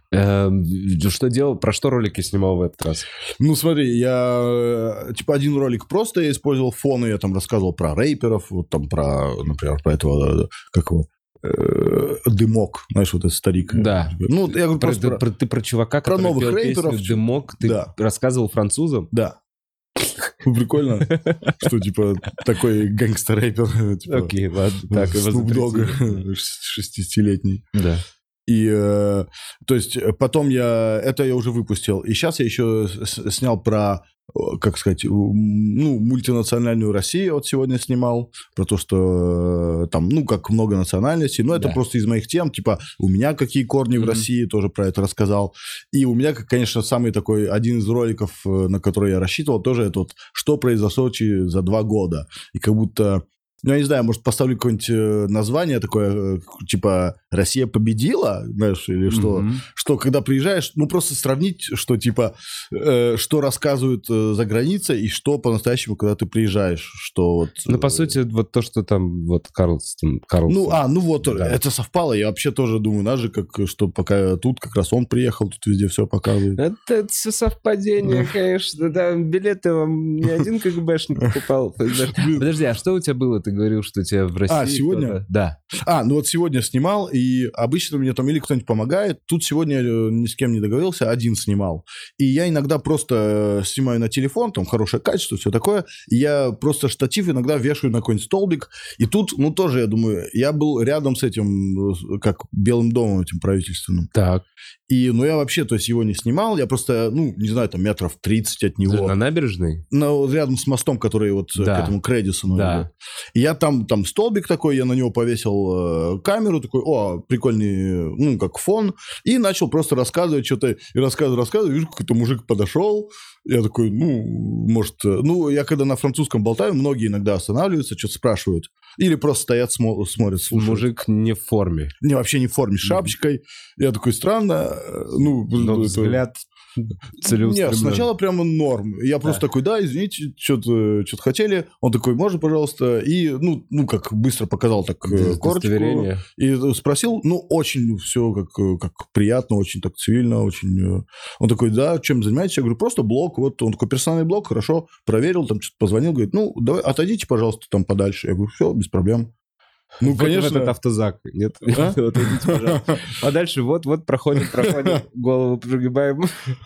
Эм, Что делал? Про что ролики снимал в этот раз? Ну, смотри, я, э, типа, один ролик просто я использовал фоны, я там рассказывал про рэперов, вот там про, например, про этого, э, как его, э, Дымок, знаешь, вот этот старик. Да. Ну, я говорю, Про- просто про- про- ты про чувака, про который новых пел рэперов, песню чё- «Дымок», ты Да. рассказывал французам? Да. Ну, прикольно, что, типа, такой гангстер-рэпер, типа, Окей, ладно. Так, его Snoop Dogg, запретили. шестидесятилетний. Да. И, э, то есть, э, потом я... Это я уже выпустил. И сейчас я еще с- снял про, э, как сказать, у- ну, мультинациональную Россию вот сегодня снимал. Про то, что э, там, ну, как много национальностей. Но это Да. просто из моих тем. Типа, у меня какие корни в Мгм. России, тоже про это рассказал. И у меня, как, конечно, самый такой, один из роликов, э, на который я рассчитывал, тоже это вот, что произошло в Сочи за два года. И как будто... Ну, я не знаю, может, поставлю какое-нибудь э, название такое, э, типа «Россия победила», знаешь, или что, Мгм. что когда приезжаешь, ну, просто сравнить, что, типа, э, что рассказывают э, за границей и что по-настоящему, когда ты приезжаешь, что вот... Ну, по э, сути, вот то, что там вот Карлсон... Карлсон. Ну, а, ну вот, Да. это совпало. Я вообще тоже думаю, надо же, как, что пока тут как раз он приехал, тут везде все показывает. Это все совпадение, конечно. Да, билеты вам ни один КГБшник покупал. Подожди, а что у тебя было? ты говорил, что тебя в России... А, сегодня? кто-то- Да. А, ну вот сегодня снимал, и обычно мне там или кто-нибудь помогает. Тут сегодня э, ни с кем не договорился, один снимал. И я иногда просто э, снимаю на телефон, там хорошее качество, все такое. И я просто штатив иногда вешаю на какой-нибудь столбик. И тут, ну тоже, я думаю, я был рядом с этим, э, как Белым домом этим правительственным. Так. И, ну я вообще, то есть его не снимал, я просто, ну, не знаю, там метров тридцать от него. На набережной? Ну, рядом с мостом, который вот э, Да. к этому к Редисону. Да. идет. И я там, там столбик такой, я на него повесил э, камеру, такой, о, прикольный, ну, как фон, и начал просто рассказывать что-то, и рассказываю, рассказываю, вижу, какой-то мужик подошел, я такой, ну, может, э, ну, я когда на французском болтаю, многие иногда останавливаются, что-то спрашивают, или просто стоят, смо- смотрят, слушают. Мужик не в форме. Не, вообще не в форме, с шапочкой. Я такой, странно, э, ну... Но это- взгляд целеустремлен. Нет, сначала прямо норм. Я просто такой, да, извините, что-то что-то хотели. Он такой, можно, пожалуйста? И, ну, ну как быстро показал так э, корочку. Удостоверение. И спросил, ну, очень все как, э, как приятно, очень так цивильно, очень... э. Он такой, да, чем занимаетесь? Я говорю, просто блог. Вот он такой, персональный блог, хорошо. Проверил, там что-то позвонил, говорит, ну, давай, отойдите, пожалуйста, там подальше. Я говорю, все, без проблем. Ну, Вот конечно. в этот автозак. Нет? А? Вот идите, пожалуйста. А дальше вот, вот проходим, проходим, голову прогибаем.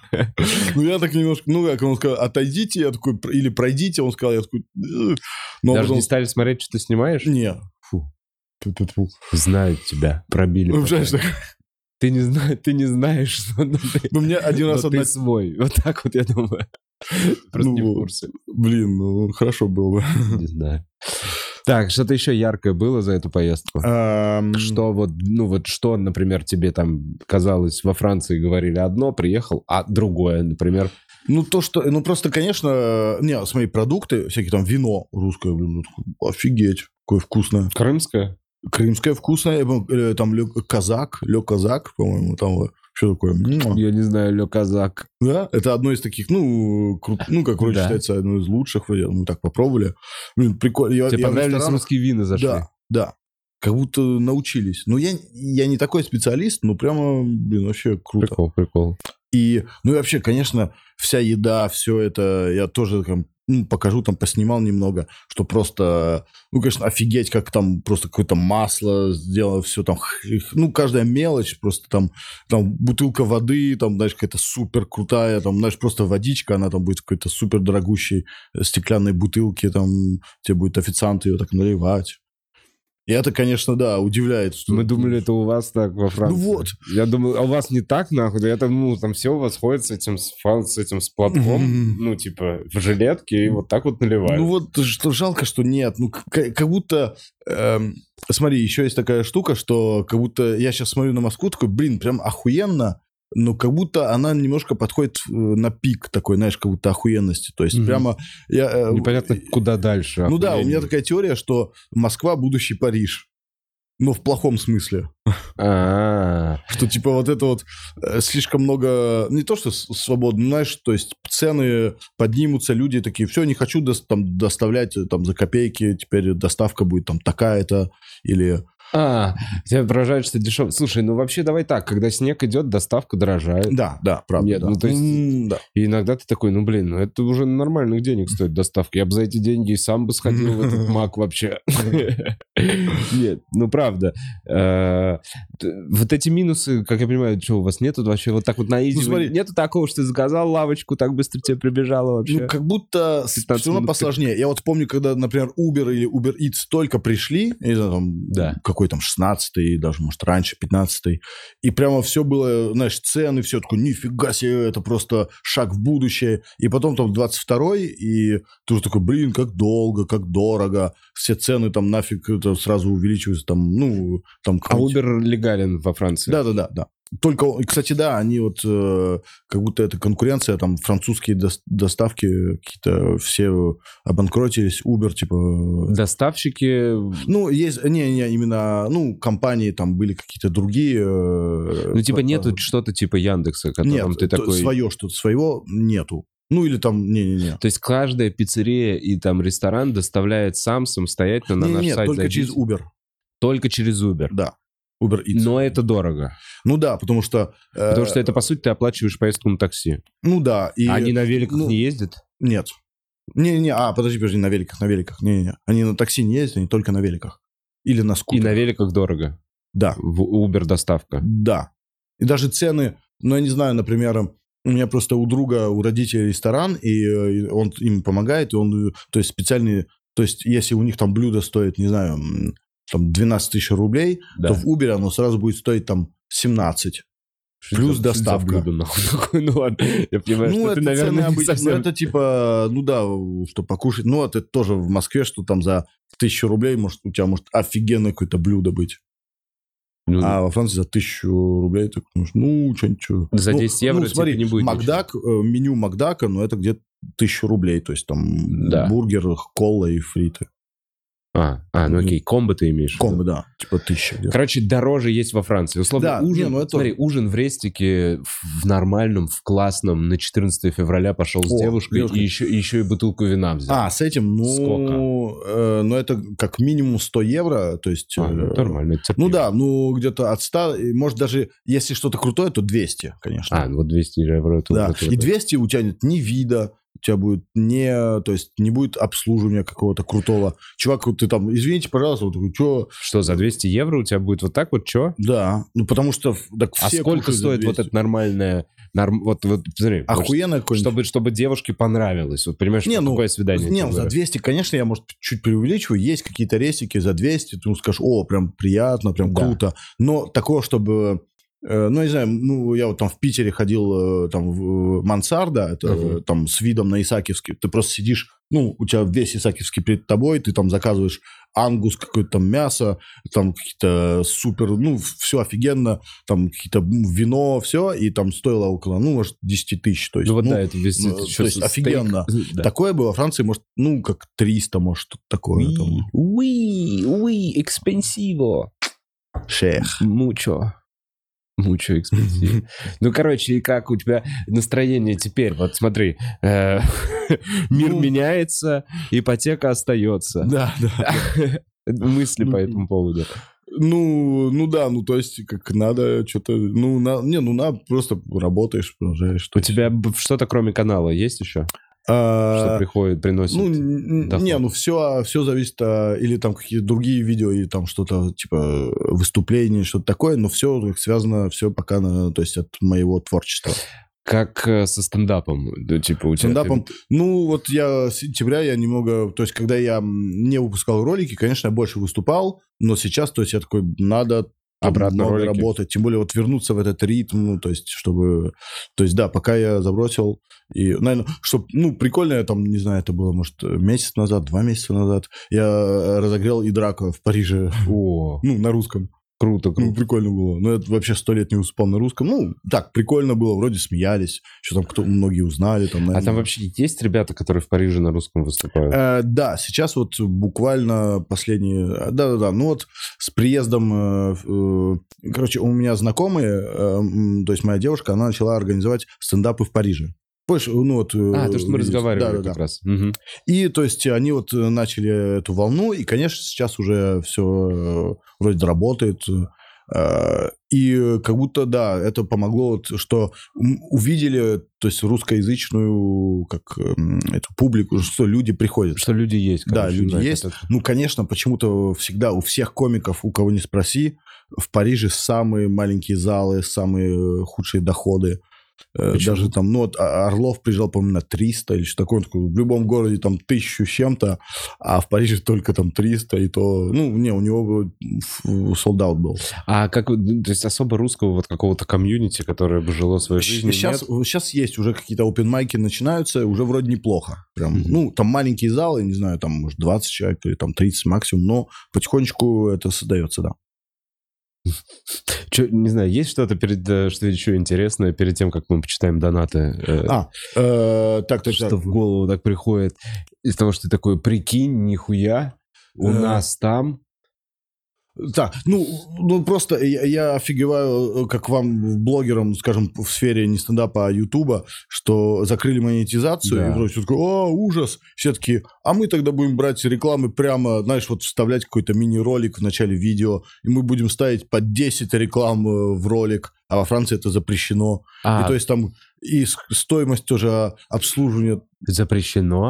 Ну, я так немножко, ну, как он сказал, отойдите, я такой, или пройдите, он сказал, я такой... «Э». Но Даже потом- не стали смотреть, что ты снимаешь? Не. Фу. Тьфу-тьфу-тьфу. Знают тебя, пробили. Ну, пока. знаешь, так- Ты не знаешь, ты не знаешь, что ну, ты, ну, мне один раз но одна... ты свой. Вот так вот, я думаю. Просто не в Ну, курсе. Блин, ну, хорошо было бы. Не знаю. Так, что-то еще яркое было за эту поездку? Ам, Что вот, ну вот что, например, тебе там казалось, во Франции говорили одно, приехал, а другое, например. Ну, то, что... Ну, просто, конечно... Не, смотри, продукты, всякие там вино русское, блин, ну, такое, офигеть, какое вкусное. Крымское? Крымское вкусное, я помню, э, там лё- казак, лё казак, по-моему, там что такое? Муа. Я не знаю, Лё Казак. Да, это одно из таких, ну, кру- ну как вроде Да. считается, одно из лучших, вроде, мы так попробовали. Блин, прикольно. Я- Тебе я в понравились ресторанах- русские вина зашли? Да, да. Как будто научились. Но я, я не такой специалист, но прямо, блин, вообще круто. Прикол, прикол. И, ну и вообще, конечно, вся еда, все это, я тоже там, ну, покажу, там поснимал немного, что просто, ну, конечно, офигеть, как там просто какое-то масло сделано, все там, х- ну, каждая мелочь, просто там, там бутылка воды, там, знаешь, какая-то супер крутая, там, знаешь, просто водичка, она там будет в какой-то супер дорогущей стеклянной бутылке, там, тебе будет официант ее так наливать. И это, конечно, да, удивляет. Что... Мы думали, это у вас так во Франции. Ну вот. Я думал, а у вас не так, нахуй? Да это, ну, там все у вас ходят с этим, с, фан- с этим, с платком, Мгм. ну, типа, в жилетке, и вот так вот наливают. Ну вот, что жалко, что нет. Ну, к- как будто... эм, смотри, еще есть такая штука, что как будто... Я сейчас смотрю на Москву, такой, блин, прям охуенно, но как будто она немножко подходит э, на пик такой, знаешь, как будто охуенности. То есть Мгм. прямо... Я, э, Непонятно, куда дальше. Ну да, у охуение. меня такая теория, что Москва — будущий Париж. Но в плохом смысле. А-а-а. Что, типа, вот это вот э, слишком много... Не то, что с- свободно, знаешь, то есть цены поднимутся, люди такие, все, не хочу дос- там, доставлять э, там, за копейки, теперь доставка будет там такая-то, или... А, тебя поражает, что дешево. Слушай, ну вообще давай так, когда снег идет, доставка дорожает. Да, да, правда. Нет, да. ну, то есть- М, да. И иногда ты такой, ну блин, ну это уже нормальных денег стоит доставка. Я бы за эти деньги и сам бы сходил в этот мак вообще. Нет, ну правда. Э, т- Вот эти минусы, как я понимаю, что у вас нету вообще вот так вот на изи? Ну, смотри. Нету такого, что ты заказал лавочку, так быстро тебе прибежало вообще? Ну, как будто все пятнадцать равно минут. посложнее. Я вот помню, когда, например, Uber или Uber Eats только пришли, я не знаю, там, Да. какой там шестнадцатый, даже, может, раньше, пятнадцатый, и прямо все было, знаешь, цены, все такое, нифига себе, это просто шаг в будущее. И потом там двадцать второй, и ты уже такой, блин, как долго, как дорого, все цены там нафиг это сразу увеличиваются, там, ну, там... А Uber легален во Франции? Да-да-да, да. Только, и, кстати, да, они вот э, как будто это конкуренция, там французские дос- доставки какие-то все обанкротились, Uber, типа... Доставщики... Ну, есть, не-не, именно, ну, компании там были какие-то другие. э, Ну, типа по- нету что-то типа Яндекса, которым Нет, ты то- такой... свое что-то, своего нету. Ну, или там, не-не-не. То есть каждая пиццерия и там ресторан доставляет сам самостоятельно на наш Не-не-не, сайт только зайдите. через Uber, Только через Uber. да. Uber Eats. Но это дорого. Ну да, потому что... э, Потому что это, по сути, ты оплачиваешь поездку на такси. Ну да. И, А они на великах ну, не ездят? Нет. Не-не, а, подожди, подожди, на великах, на великах. Не-не, они на такси не ездят, они только на великах. Или на И скутерах. на великах дорого. Да. В Uber доставка. Да. И даже цены, ну, я не знаю, например, у меня просто у друга, у родителей ресторан, и он им помогает, и он, то есть специальные, то есть если у них там блюдо стоит, не знаю, там двенадцать тысяч рублей, да. то в Uber оно сразу будет стоить там семнадцать. Что плюс за, доставка. Блюдо, нахуй, ну ладно, я понимаю, ну, что это ты, наверное, не совсем... Ну, это типа, ну да, что покушать. Ну, это тоже в Москве, что там за тысячу рублей может, у тебя может офигенное какое-то блюдо быть. Ну, а во Франции за тысячу рублей ты думаешь, ну, что-нибудь. Что. За десять ну, евро ну, смотри, типа не будет Макдак, ничего. Меню Макдака, ну, это где-то тысячу рублей. То есть там да. бургер, кола и фриты. А, а, ну окей, комбо ты имеешь. Комбо, да, типа тысяча. Где-то. Короче, дороже есть во Франции. Условно, да, ужин, не, ну это... смотри, ужин в Рестике в нормальном, в классном на четырнадцатое февраля пошел с О, девушкой девушка. и еще, и еще и бутылку вина взял. А, с этим, ну... Сколько? Э, ну, это как минимум сто евро, то есть... А, ну, нормально, это ну да, ну где-то от ста, может даже, если что-то крутое, то двести, конечно. А, ну вот двести евро. Это да, это, и двести у тебя нет ни вида, у тебя будет не, то есть не будет обслуживания какого-то крутого. Чувак, вот ты там, извините, пожалуйста, вот такой, что? Что, за двести евро у тебя будет вот так вот, что? Да, ну потому что... Так а сколько стоит вот это нормальное, норм, вот, вот, смотри, охуенно вот, чтобы, чтобы девушке понравилось, вот понимаешь, не, ну, какое свидание? Не, ну, за двести, конечно, я, может, чуть преувеличиваю, есть какие-то рестики за двести, ты скажешь, о, прям приятно, прям да. круто, но такого, чтобы... Ну, не знаю, ну, я вот там в Питере ходил, там, в Мансарда, это uh-huh. там с видом на Исаакиевский. Ты просто сидишь, ну, у тебя весь Исаакиевский перед тобой, ты там заказываешь ангус, какое-то там мясо, там какие-то супер, ну, все офигенно, там какие-то вино, все, и там стоило около, ну, может, десять тысяч. То есть, ну, вот ну, да, это весь, ну, то есть офигенно. Да. Такое было во Франции, может, ну, как триста, может, что-то такое. Уи, уи, экспенсиво. Шех. Мучо. Мучо экспенсив. Ну, короче, и как у тебя настроение теперь? Вот смотри, мир меняется, ипотека остается. Да, да. Мысли по этому поводу. Ну, ну да, ну то есть как надо что-то, ну, на, не, ну надо, просто работаешь, продолжаешь. У тебя что-то кроме канала есть еще? Что приходит, приносит ну, доход? Не, ну все, все зависит, а, или там какие-то другие видео, или там что-то типа выступления, что-то такое, но все связано, все пока, на, то есть от моего творчества. Как со стендапом? Да, типа у тебя... Стендапом? Ты... Ну, вот я с сентября я немного... То есть, когда я не выпускал ролики, конечно, я больше выступал, но сейчас, то есть, я такой, надо... Обратно много ролики. работать, тем более вот вернуться в этот ритм, ну, то есть, чтобы... То есть, да, пока я забросил, и, наверное, чтобы, ну, прикольно, я там, не знаю, это было, может, месяц назад, два месяца назад, я разогрел и драка в Париже, О. ну, на русском. Круто, круто. Ну, прикольно было. Но я вообще сто лет не выступал на русском. Ну, так, прикольно было, вроде смеялись, что там кто, многие узнали. Там, наверное. А там вообще есть ребята, которые в Париже на русском выступают? Э, да, сейчас вот буквально последние... Да-да-да, ну вот с приездом... Э, э, короче, у меня знакомые, э, то есть моя девушка, она начала организовать стендапы в Париже. Больше, ну вот... А, то, что мы разговаривали да, как да. раз. Угу. И, то есть, они вот начали эту волну, и, конечно, сейчас уже все вроде работает. И как будто, да, это помогло, вот, что увидели, то есть, русскоязычную, как эту публику, что люди приходят. Что люди есть. Короче, да, люди да, есть. Это... Ну, конечно, почему-то всегда у всех комиков, у кого не спроси, в Париже самые маленькие залы, самые худшие доходы. Почему? Даже там, ну, вот Орлов приезжал, по-моему, на триста или что такое. В любом городе там тысячу с чем-то, а в Париже только там триста, и то... Ну, не, у него солд-аут был. А как... То есть особо русского вот какого-то комьюнити, которое бы жило своей жизнью, сейчас, нет? Сейчас есть уже какие-то опен-майки начинаются, уже вроде неплохо. Прям, mm-hmm. Ну, там маленькие залы, не знаю, там, может, двадцать человек или там тридцать максимум, но потихонечку это создается, да. Че, не знаю, есть что-то перед, что еще интересное перед тем, как мы почитаем донаты? А, э, так, так, что так. в голову так приходит из того, что ты такой, прикинь, нихуя, у э... нас там... Так, ну, ну просто я, я офигеваю, как вам, блогерам, скажем, в сфере не стендапа, а ютуба, что закрыли монетизацию, да. И вроде все такое, о, ужас, все такие, а мы тогда будем брать рекламы прямо, знаешь, вот вставлять какой-то мини-ролик в начале видео, и мы будем ставить по десять реклам в ролик, а во Франции это запрещено. А. И то есть там и стоимость тоже обслуживания... Запрещено?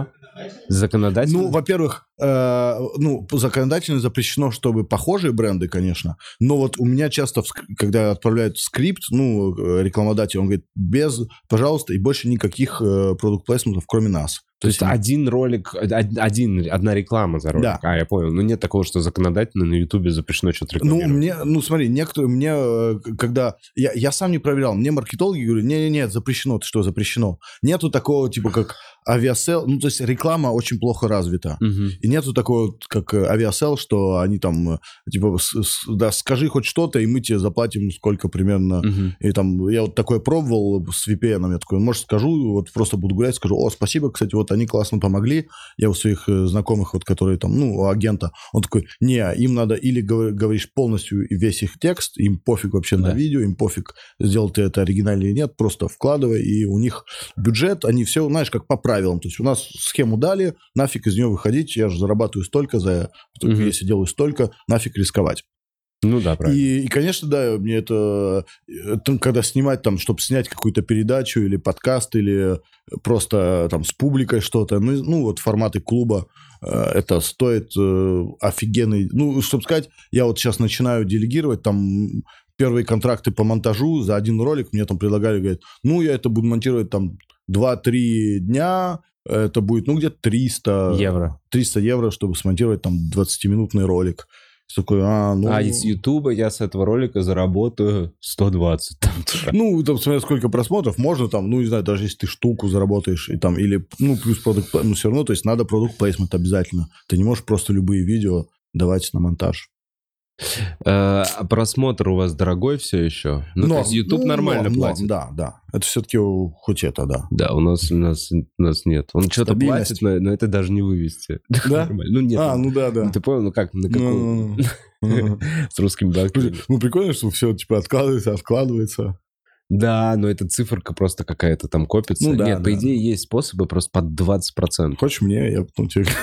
Законодательно? Ну, во-первых, э, ну, законодательно запрещено, чтобы похожие бренды, конечно, но вот у меня часто, когда отправляют скрипт, ну, рекламодатель, он говорит, без, пожалуйста, и больше никаких продукт-плейсментов, кроме нас. То, То есть они... один ролик, один, одна реклама за ролик. Да. А, я понял. Ну, нет такого, что законодательно на Ютубе запрещено что-то рекламировать. Ну, мне, ну, смотри, некоторые, мне, когда... Я, я сам не проверял, мне маркетологи говорят, нет-нет, запрещено. Ты что, запрещено? Нету такого, типа, как авиасел. Ну, то есть реклама очень плохо развита. Угу. И нету такого, как авиасел, что они там, типа, с, с, да, скажи хоть что-то, и мы тебе заплатим сколько примерно. Угу. И там, я вот такое пробовал с ви пи эн, я такой, может, скажу, вот просто буду гулять, скажу, о, спасибо, кстати, вот они классно помогли. Я у своих знакомых, вот, которые там, ну, у агента, он такой, не, им надо или говоришь полностью весь их текст, им пофиг вообще да. на видео, им пофиг, сделал ты это оригинально или нет, просто вкладывай, и у них бюджет, они все, знаешь, как по правилам. То есть у нас схему дали, нафиг из нее выходить, я же зарабатываю столько, за, угу. если делаю столько, нафиг рисковать. Ну да, правильно. И, и, конечно, да, мне это, это, когда снимать там, чтобы снять какую-то передачу или подкаст, или просто там с публикой что-то, ну, ну вот форматы клуба, это стоит э, офигенный, ну, чтобы сказать, я вот сейчас начинаю делегировать, там, первые контракты по монтажу за один ролик мне там предлагали, говорят, ну, я это буду монтировать там два-три дня, это будет, ну, где-то триста евро. триста евро, чтобы смонтировать там двадцатиминутный ролик. Такой, а, ну... а из Ютуба я с этого ролика заработаю сто двадцать. Там, типа. Ну, там, смотря сколько просмотров, можно там, ну, не знаю, даже если ты штуку заработаешь, и там, или, ну, плюс продукт, ну, все равно, то есть надо продукт-плейсмент обязательно. Ты не можешь просто любые видео давать на монтаж. А просмотр у вас дорогой все еще? Ну, но, то есть YouTube ну, нормально но, платит? Но, да, да. Это все-таки хоть это, да. Да, у нас, у нас, у нас нет. Он что-то платит, но, но это даже не вывести. Да? Ну, нет. А, ну да, да. Ну, ты понял, ну как, на какую... С русским банком. Ну, прикольно, что все, типа, откладывается, откладывается. Да, но эта циферка просто какая-то там копится. Ну, да, нет, да, по идее, да. есть способы просто под двадцать процентов. Хочешь мне, я потом тебе...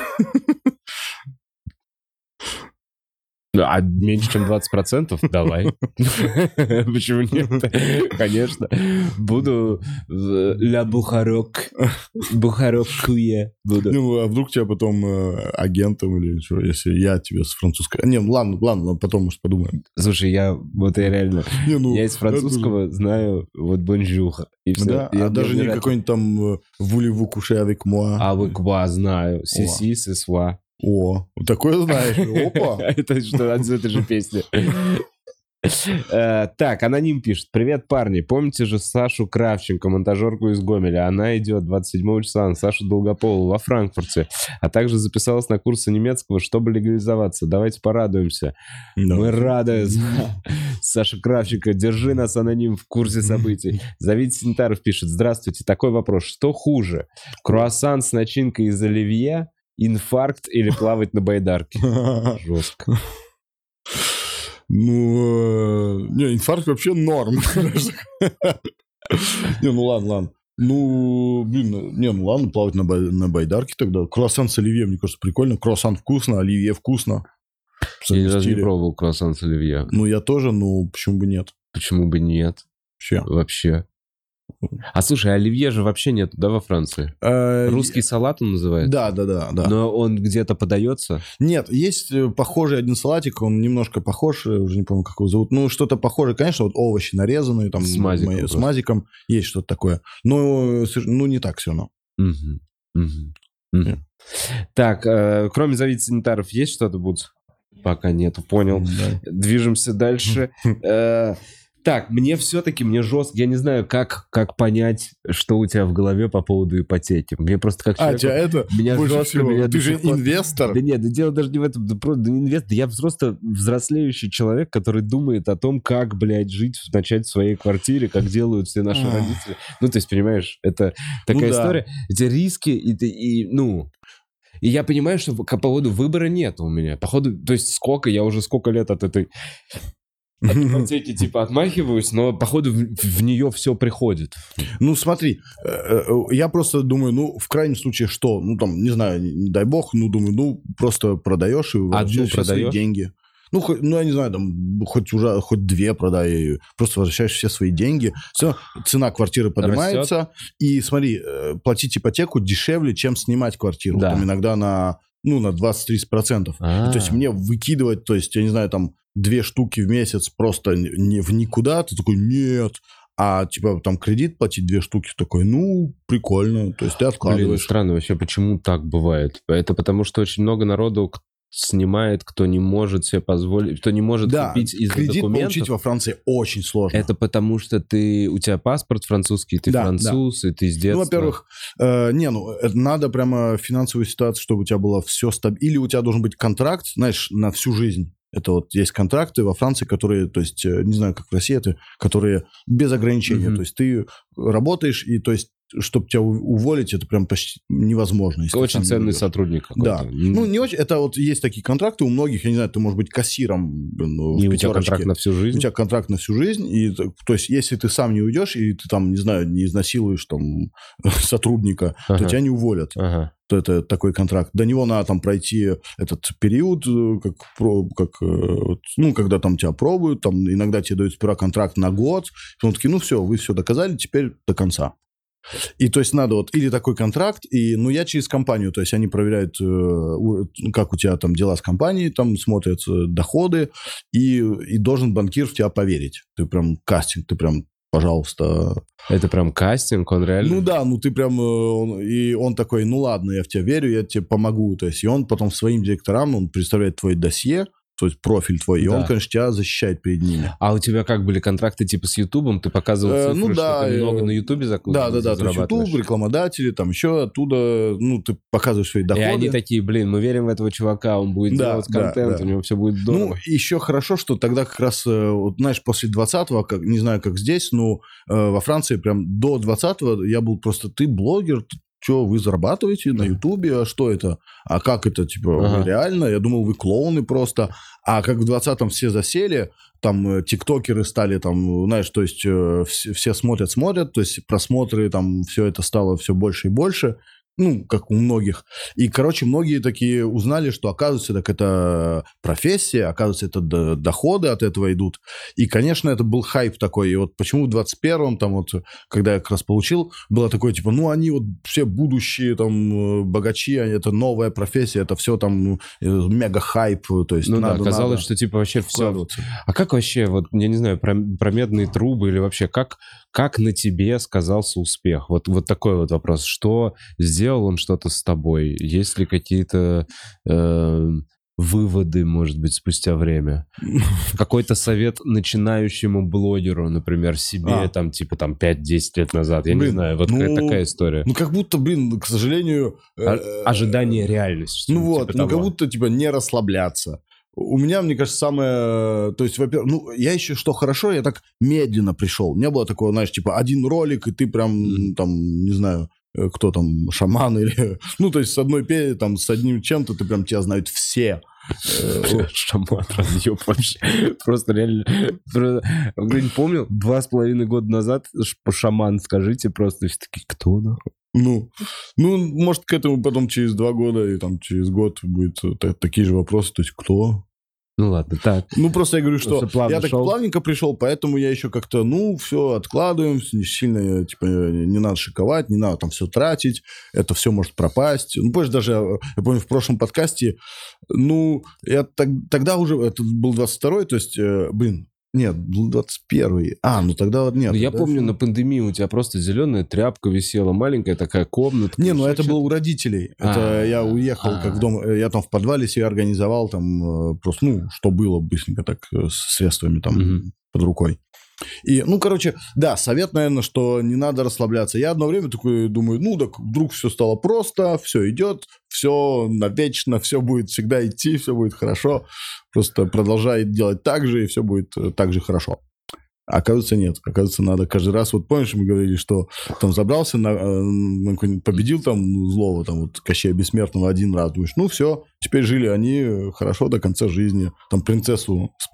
А меньше, чем двадцать процентов? Давай. Почему нет? Конечно. Буду ля бухарок. Бухарок куе буду. Ну, а вдруг тебя потом э, агентом или что, если я тебе с французской... Не, ну ладно, ладно, потом, может, подумаем. Слушай, я вот я реально... Не, ну, я из французского же... знаю вот бонжур. И все. Да, я, а даже не какой-нибудь там voulez-vous coucher avec moi? А вы ква знаю. Си-си, си-сва. О, такое знаешь. Опа. Это что, от этой же песни. Так, аноним пишет. Привет, парни. Помните же Сашу Кравченко, монтажерку из Гомеля? Она идет двадцать седьмого числа на Сашу Долгополову во Франкфурте. А также записалась на курсы немецкого, чтобы легализоваться. Давайте порадуемся. Мы рады. Саша Кравченко, держи нас, аноним, в курсе событий. Завид Синтаров пишет. Здравствуйте. Такой вопрос. Что хуже? Круассан с начинкой из оливье, инфаркт или плавать на байдарке? Жестко. Ну, не, инфаркт вообще норм. Не, ну ладно, ладно. Ну, блин, не, ну ладно, плавать на, бай, на байдарке тогда. Круассан с оливье, мне кажется, прикольно. Круассан вкусно, оливье вкусно. Я даже не пробовал круассан с оливье. Ну, я тоже, ну, почему бы нет? Почему бы нет? Вообще. Вообще. А слушай, оливье же вообще нет, да, во Франции? А, Русский салат он называется? Да, да, да, да. Но он где-то подается? Нет, есть похожий один салатик, он немножко похож, уже не помню, как его зовут. Ну, что-то похожее, конечно, вот овощи нарезанные, там, с мазиком, мои, с мазиком, есть что-то такое. Но, ну, не так все равно. Угу. Угу. Угу. Так, э, кроме Завид Санитаров, есть что-то, Буц? Пока нету, понял. Да. Движемся дальше. Так, мне все-таки, мне жестко, я не знаю, как, как понять, что у тебя в голове по поводу ипотеки. Мне просто как человеку... А, тебя это меня жестко, всего. меня Ты же пор... инвестор. Да нет, да дело даже не в этом, да просто да не инвестор, я просто взрослеющий человек, который думает о том, как, блядь, жить, начать в своей квартире, как делают все наши а. родители. Ну, то есть, понимаешь, это такая ну, история. Да. Эти риски, и, и, ну... И я понимаю, что по поводу выбора нет у меня. Походу, то есть сколько, я уже сколько лет от этой... От ипотеки типа отмахиваюсь, но походу в, в нее все приходит. Ну смотри, я просто думаю, ну в крайнем случае что? Ну там, не знаю, не, не дай бог, ну думаю, ну просто продаешь и возвращаешь свои деньги. Ну, хоть, ну, я не знаю, там, хоть уже, хоть две продай, и просто возвращаешь все свои деньги. Все, цена квартиры поднимается. Растет. И смотри, платить ипотеку дешевле, чем снимать квартиру. Да. Там иногда на, ну, на двадцать-тридцать процентов. И, то есть мне выкидывать, то есть, я не знаю, там, две штуки в месяц просто не, в никуда. Ты такой, нет. А, типа, там, кредит платить две штуки, такой, ну, прикольно. То есть ты откладываешь. Блин, странно вообще, почему так бывает? Это потому, что очень много народу снимает, кто не может себе позволить, кто не может да, купить из-за кредит документов. Получить во Франции очень сложно. Это потому, что ты, у тебя паспорт французский, ты да, француз, да. и ты с детства. Ну, во-первых, э, не, ну, это надо прямо финансовую ситуацию, чтобы у тебя было все стабильно. Или у тебя должен быть контракт, знаешь, на всю жизнь. Это вот есть контракты во Франции, которые, то есть, не знаю, как в России, это, которые без ограничения. Mm-hmm. То есть ты работаешь, и, то есть, чтобы тебя уволить, это прям почти невозможно. Очень ценный сотрудник какой-то. Да. Ну, не очень. Это вот есть такие контракты у многих, я не знаю, ты можешь быть кассиром ну, и в у тебя контракт на всю жизнь? У тебя контракт на всю жизнь. И, то есть, если ты сам не уйдешь, и ты там, не знаю, не изнасилуешь там сотрудника, ага. то тебя не уволят. Ага. То это такой контракт. До него надо там пройти этот период, как, как ну, когда там тебя пробуют, там иногда тебе дают сперва контракт на год, потом такие, ну, все, вы все доказали, теперь до конца. И то есть надо вот или такой контракт, и, ну, я через компанию, то есть они проверяют, э, как у тебя там дела с компанией, там смотрят доходы, и, и должен банкир в тебя поверить. Ты прям кастинг, ты прям, пожалуйста. Это прям кастинг, он реально? Ну да, ну ты прям, он, и он такой, ну ладно, я в тебя верю, я тебе помогу. То есть и он потом своим директорам, он представляет твой досье, то есть профиль твой, и да. он, конечно, тебя защищает перед ними. А у тебя как были контракты типа с Ютубом? Ты показывал цифры, э, ну, да, что ты много на Ютубе закладываешь? Да, да, да, то есть Ютуб, рекламодатели, там еще оттуда, ну, ты показываешь свои доходы. И они такие, блин, мы верим в этого чувака, он будет да, делать контент, да, да. у него все будет здорово. Ну, еще хорошо, что тогда как раз, вот, знаешь, после двадцатого, как, не знаю, как здесь, но э, во Франции прям до двадцатого я был просто, ты блогер, что, вы зарабатываете на Ютубе? А что это? А как это, типа, ага. реально? Я думал, вы клоуны просто. А как в двадцатом все засели, там, тиктокеры стали, там, знаешь, то есть, э, все, все смотрят-смотрят, то есть, просмотры, там, все это стало все больше и больше. Ну, как у многих. И, короче, многие такие узнали, что, оказывается, так это профессия, оказывается, это доходы от этого идут. И, конечно, это был хайп такой. И вот почему в двадцать первом, там вот, когда я как раз получил, было такое, типа, ну, они вот все будущие, там, богачи, это новая профессия, это все там мега-хайп, то есть ну надо, да, казалось, надо что, типа, вообще все... А как вообще, вот, я не знаю, про, про медные трубы или вообще, как, как на тебе сказался успех? Вот, вот такой вот вопрос. Что сделал он что-то с тобой? Есть ли какие-то э, выводы, может быть, спустя время? Какой-то совет начинающему блогеру, например, себе, а. там, типа, там, пять-десять лет назад? Я блин, не знаю, вот ну, какая такая история. Ну, как будто, блин, к сожалению... Э, Ожидание реальности. Ну вот, типа ну, как будто, типа, не расслабляться. У меня, мне кажется, самое... То есть, во-первых, ну, я еще, что хорошо, я так медленно пришел. Не было такого, знаешь, типа, один ролик, и ты прям, mm. там, не знаю... кто там, шаман или... Ну, то есть, с одной песней, там, с одним чем-то, ты прям тебя знают все. Шаман, разъеб вообще. Просто реально... Кто-нибудь помнил? Два с половиной года назад шаман, скажите просто. Все такие, кто, нахуй? Ну, ну, может, к этому потом через два года и там через год будут такие же вопросы. То есть, кто? Ну ладно, так. Ну, просто я говорю, что я так шел. плавненько пришел, поэтому я еще как-то, ну, все откладываем, не сильно, типа, не надо шиковать, не надо там все тратить, это все может пропасть. Ну, позже даже, я помню, в прошлом подкасте, ну, я так, тогда уже, это был двадцать второй, то есть, э, блин, нет, был двадцать первый. А, ну тогда вот нет. Ну, я да? помню, на пандемии у тебя просто зеленая тряпка висела, маленькая такая комнатка. Не, ну это было у родителей. Это я уехал как в дом, я там в подвале себе организовал, там просто, ну, что было быстренько так с средствами там под рукой. И, ну, короче, да, совет, наверное, что не надо расслабляться. Я одно время такой думаю, ну, так вдруг все стало просто, все идет, все навечно, все будет всегда идти, все будет хорошо. Просто продолжай делать так же, и все будет так же хорошо. А оказывается, нет. Оказывается, надо каждый раз... Вот помнишь, мы говорили, что там забрался, на, на, победил там злого, там вот Кощея Бессмертного один раз. Думаешь, ну, все, теперь жили они хорошо до конца жизни. Там принцессу спас,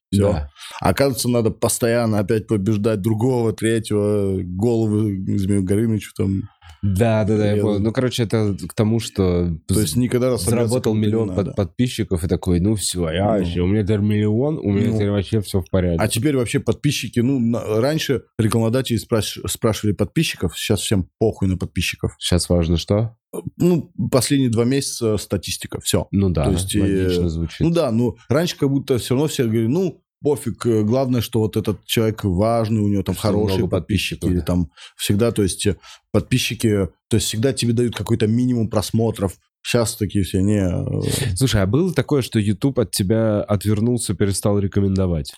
Все. Да. Оказывается, надо постоянно опять побеждать другого, третьего, головы Змею Горынычу там. Да, да, да, я Я- понял. Ну, короче, это к тому, что То есть никогда расслабляться заработал кому-то не миллион надо. под- подписчиков и такой, ну все, я Ну. вообще, у меня теперь миллион, у меня Ну. теперь вообще все в порядке. А теперь вообще подписчики, ну, на- раньше рекламодатели спраш- спрашивали подписчиков, сейчас всем похуй на подписчиков. Сейчас важно что? Ну, последние два месяца статистика, все. Ну да, То есть, э, логично звучит. Ну да, ну, раньше как будто все равно все говорили, ну, пофиг, э, главное, что вот этот человек важный, у него там Что хорошие много подписчики, подписчиков, или да. там всегда, то есть, э, подписчики, то есть, всегда тебе дают какой-то минимум просмотров. Сейчас такие все, не... э, Слушай, а было такое, что YouTube от тебя отвернулся, перестал рекомендовать?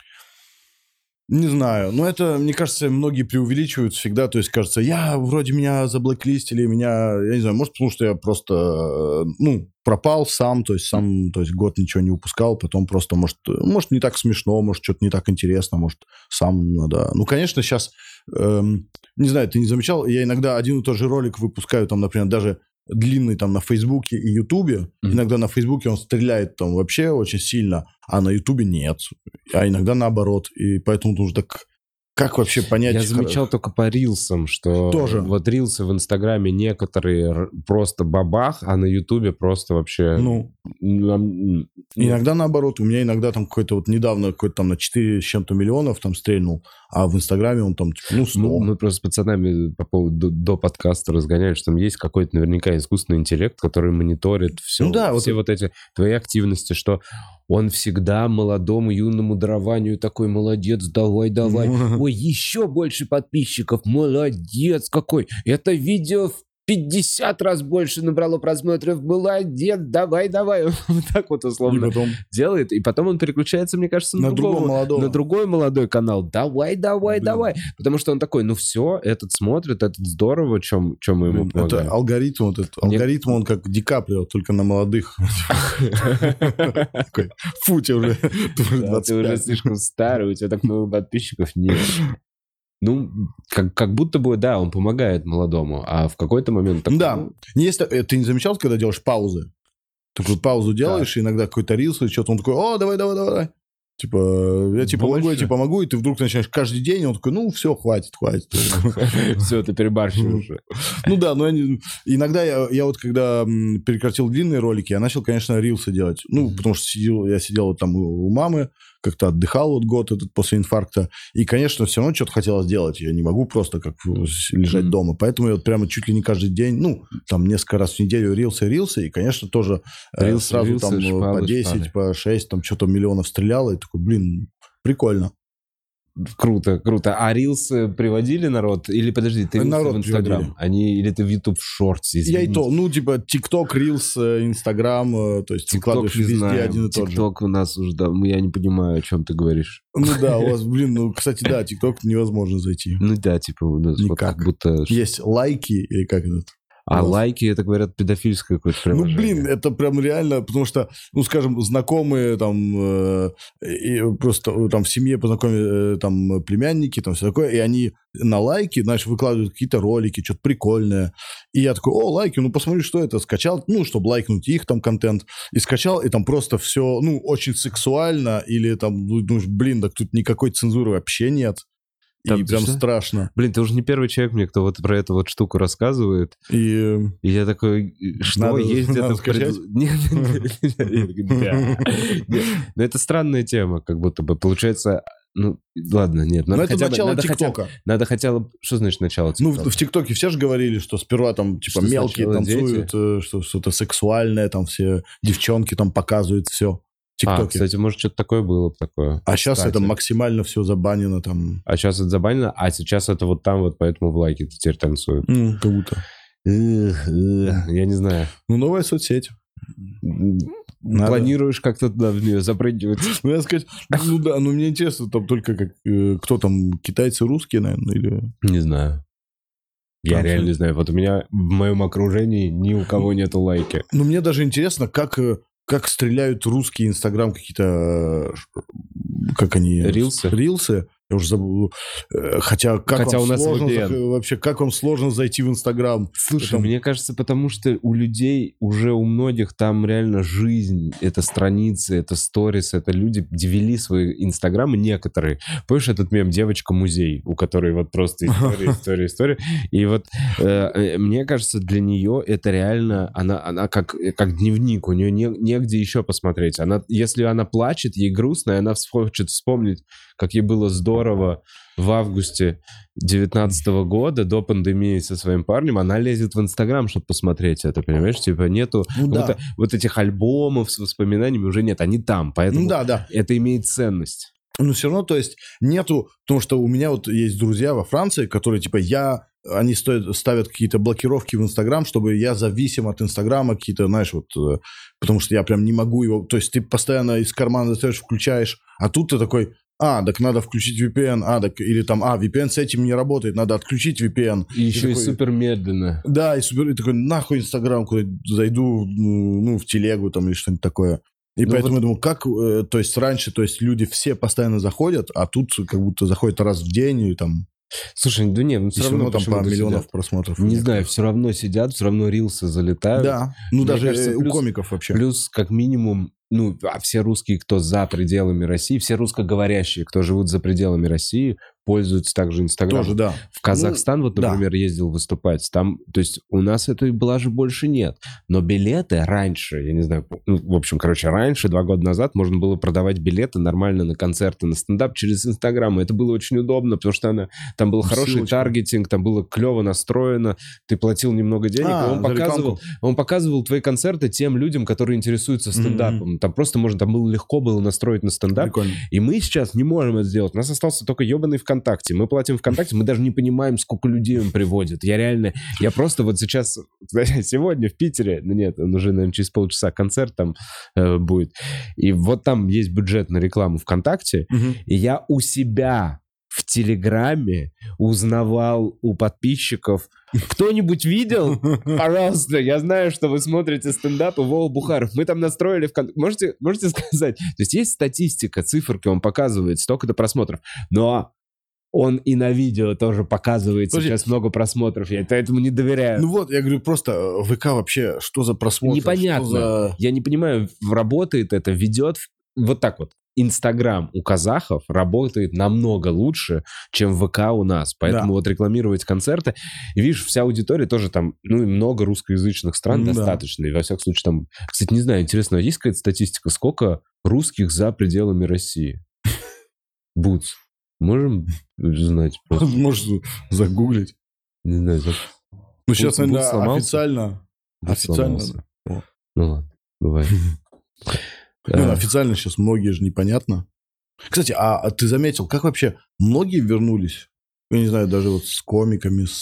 Не знаю, но это, мне кажется, многие преувеличивают всегда, то есть кажется, я вроде меня заблэклистили, меня, я не знаю, может, потому что я просто, э, ну, пропал сам, то есть сам, то есть год ничего не выпускал, потом просто, может, может не так смешно, может, что-то не так интересно, может, сам надо... Ну, конечно, сейчас, эм, не знаю, ты не замечал, я иногда один и тот же ролик выпускаю, там, например, даже длинный там на Фейсбуке и Ютубе. Мгм. Иногда на Фейсбуке он стреляет там вообще очень сильно, а на Ютубе нет. А иногда наоборот. И поэтому нужно так... Как вообще понять... Я замечал хор- только по рилсам, что Тоже. вот рилсы в Инстаграме некоторые р- просто бабах, а на Ютубе просто вообще... Ну, м, м, иногда наоборот. У меня иногда там какой-то вот недавно какой-то там на четыре с чем-то миллионов там стрельнул, а в Инстаграме он там, типа, ну, сто. Мы, мы просто с пацанами по поводу до, до подкаста разгоняли, что там есть какой-то наверняка искусственный интеллект, который мониторит все, Ну да, вот все это- вот эти твои активности, что он всегда молодому юному дарованию такой молодец, давай, давай. Ой, еще больше подписчиков, молодец какой. Это видео в пятьдесят раз больше набрало просмотров, молодец, давай, давай. Вот так вот И условно потом делает, и потом он переключается, мне кажется, на, на другого другого, молодого. на другой молодой канал. Давай, давай, Блин. давай. Потому что он такой, ну все, этот смотрит, этот здорово, чем, чем мы ему Блин, это помогаем. алгоритм, вот этот Мне- алгоритм, он как Ди Каприо, только на молодых. Такой, фу, тебе уже тоже Да, ты уже двадцать пять. слишком старый, у тебя так много подписчиков нет. Ну, как, как будто бы, да, он помогает молодому, а в какой-то момент... такой, Да. ну, Есть, э, ты не замечал, когда делаешь паузы? Такую паузу делаешь, и иногда какой-то рилс или что-то, он такой, о, давай, давай, давай, давай. Типа, я тебе помогу, я Больше? тебе помогу, и ты вдруг начинаешь каждый день, и он такой, ну, все, хватит, хватит. все, ты перебарщиваешь уже. Ну да, но я не- иногда я, я вот когда м, прекратил длинные ролики, я начал, конечно, рилсы делать. Ну, потому что сидел, я сидел вот там у у мамы, как-то отдыхал вот год этот после инфаркта. И, конечно, все равно что-то хотелось делать. Я не могу просто как с- лежать Мгм. дома. Поэтому я вот прямо чуть ли не каждый день, ну, там несколько раз в неделю рилсы, рилсы. И, конечно, тоже э, Рилсы, сразу рилсы, там э, шпалы, по десять, шпалы. по шесть, там что-то миллионов стреляло. И такой, блин, прикольно. Круто, круто. А рилсы приводили народ? Или, подожди, ты рилсы Народ в Инстаграм? приводили. Они, или ты в YouTube Shorts? Я и извините. то, ну, типа, ТикТок, Рилс, Инстаграм, э, то есть ТикТок выкладываешь не везде знаю. один и тот же. ТикТок у нас уже, да, я не понимаю, о чем ты говоришь. Ну да, у вас, блин, ну, кстати, да, ТикТок невозможно зайти. Ну да, типа у нас вот Никак. как будто... Есть лайки, или как это? А у нас- лайки, это, говорят, педофильское какое-то Ну, приложение. блин, это прям реально, потому что, ну, скажем, знакомые там, э, и просто э, там в семье познакомили э, там племянники, там все такое, и они на лайки, знаешь, выкладывают какие-то ролики, что-то прикольное. И я такой, о, лайки, ну, посмотри, что это, скачал, ну, чтобы лайкнуть их там контент, и скачал, и там просто все, ну, очень сексуально, или там, ну, думаешь, блин, так тут никакой цензуры вообще нет. И Там прям что? страшно. Блин, ты уже не первый человек мне, кто вот про эту вот штуку рассказывает. И э, И я такой, что Надо- есть надо где-то... в скачать? пред- Нет, нет, нет, нет, да. Нет. Но это странная тема, как будто бы. Получается, ну, ладно, нет. ну, Надо это хотя бы- начало надо хотя бы- ТикТока. Надо хотя бы... Что значит начало Ну, ТикТока? в, в ТикТоке все же говорили, что сперва там, типа, Что мелкие сначала танцуют, э, что что-то сексуальное, там все девчонки там показывают все в А, ТикТоке. кстати, может, что-то такое было бы такое. А сейчас Кстати. это максимально все забанено там. А сейчас это забанено, а сейчас это вот там вот, поэтому в лайке теперь танцуют. Ну, как будто. Эх, эх, Я не знаю. Ну, новая соцсеть. Надо. Планируешь как-то туда в нее запрыгивать? Ну, я сказать, ну да, ну мне интересно, там только как, э, кто там, китайцы, русские, наверное, или... Не знаю. Я Там реально всё. не знаю. Вот у меня в моем окружении ни у кого нету лайки. Ну, мне даже интересно, как, э, как стреляют русские Инстаграм какие-то, э, ш- как они... Рилсы? Рилсы. Я уже забыл. Хотя как Хотя вам у нас сложно, ви пи эн. вообще, как вам сложно зайти в Инстаграм? Слушай, Там... мне кажется, потому что у людей, уже у многих там реально жизнь, это страницы, это сторис, это люди вели свои инстаграмы некоторые. Помнишь этот мем «Девочка-музей», у которой вот просто история, история, история. И вот э, мне кажется, для нее это реально, она, она как, как дневник, у нее не, негде еще посмотреть. Она, если она плачет, ей грустно, и она хочет вспомнить, как ей было здорово в августе девятнадцатого года, до пандемии со своим парнем, она лезет в Инстаграм, чтобы посмотреть это, понимаешь? Типа нету Ну, да. вот этих альбомов с воспоминаниями уже нет, они там, поэтому ну, да, да. это имеет ценность. Но все равно, то есть, нету... Потому что у меня вот есть друзья во Франции, которые, типа, я... Они стоят, ставят какие-то блокировки в Инстаграм, чтобы я зависим от Инстаграма, какие-то, знаешь, вот... Потому что я прям не могу его... То есть, ты постоянно из кармана достаешь, включаешь, а тут ты такой... А, так надо включить ви пи эн, а, так, или там, а, ви пи эн с этим не работает, надо отключить ви пи эн. И еще и, такой, супер медленно. Да, и супер, и такой, нахуй Инстаграм, куда зайду, ну, в телегу там или что-нибудь такое. И ну поэтому вот... я думаю, как, э, то есть раньше, то есть люди все постоянно заходят, а тут как будто заходят раз в день и там... Слушай, да нет, ну все, все равно, равно там по миллионов сидят. просмотров. Не знаю, все равно сидят, все равно рилсы залетают. Да, ну Мне даже кажется, у плюс, комиков вообще. Плюс, как минимум, ну, а все русские, кто за пределами России, все русскоговорящие, кто живут за пределами России, пользуются также Инстаграмом. Тоже, да. В Казахстан, ну, вот, например, да. ездил выступать, там, то есть у нас этой блажи больше нет. Но билеты раньше, я не знаю, ну, в общем, короче, раньше, два года назад, можно было продавать билеты нормально на концерты, на стендап через Инстаграм. И это было очень удобно, потому что она, там был хороший Ссылочка. таргетинг, там было клево настроено, ты платил немного денег, а, и он показывал, он показывал твои концерты тем людям, которые интересуются стендапом. Mm-hmm. Там просто можно, там было легко было настроить на стендап. Прикольно. И мы сейчас не можем это сделать. У нас остался только ебаный ВКонтакте. Мы платим ВКонтакте, мы даже не понимаем, сколько людей он приводит. Я реально, я просто вот сейчас, сегодня в Питере, ну нет, он уже, наверное, через полчаса концерт там э, будет. И вот там есть бюджет на рекламу ВКонтакте, угу. и я у себя в Телеграме узнавал у подписчиков, кто-нибудь видел? Пожалуйста, я знаю, что вы смотрите стендап и Вова Бухаров. Мы там настроили ВКонтакте. Можете, можете сказать? То есть есть статистика, циферки, он показывает столько-то просмотров. Но он и на видео тоже показывает Подожди. сейчас много просмотров. Я этому не доверяю. Ну вот, я говорю, просто ВК вообще, что за просмотры? Непонятно. За... Я не понимаю, работает это, ведет... Вот так вот. Инстаграм у казахов работает намного лучше, чем ВК у нас. Поэтому да. вот рекламировать концерты... И видишь, вся аудитория тоже там... Ну, и много русскоязычных стран да. достаточно. И во всяком случае там... Кстати, не знаю, интересно, есть какая-то статистика, сколько русских за пределами России? Бутс. Можем знать? Можешь загуглить. Не знаю. За... Ну, сейчас, наверное, официально... Бут официально. Ну, ладно, бывает. Ну, официально сейчас многие же непонятно. Кстати, а, а ты заметил, как вообще многие вернулись? Я не знаю, даже вот с комиками, с...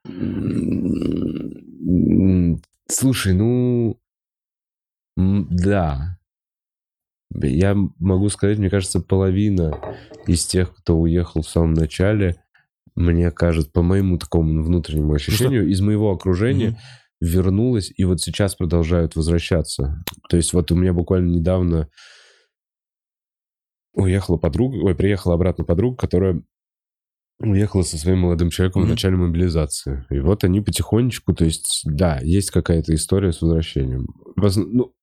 Слушай, ну... Да. Я могу сказать, мне кажется, половина из тех, кто уехал в самом начале, мне кажется, по моему такому внутреннему ощущению, из моего окружения... Mm-hmm. вернулась, и вот сейчас продолжают возвращаться. То есть вот у меня буквально недавно уехала подруга, ой, приехала обратно подруга, которая уехала со своим молодым человеком mm-hmm. в начале мобилизации. И вот они потихонечку, то есть, да, есть какая-то история с возвращением. Ну,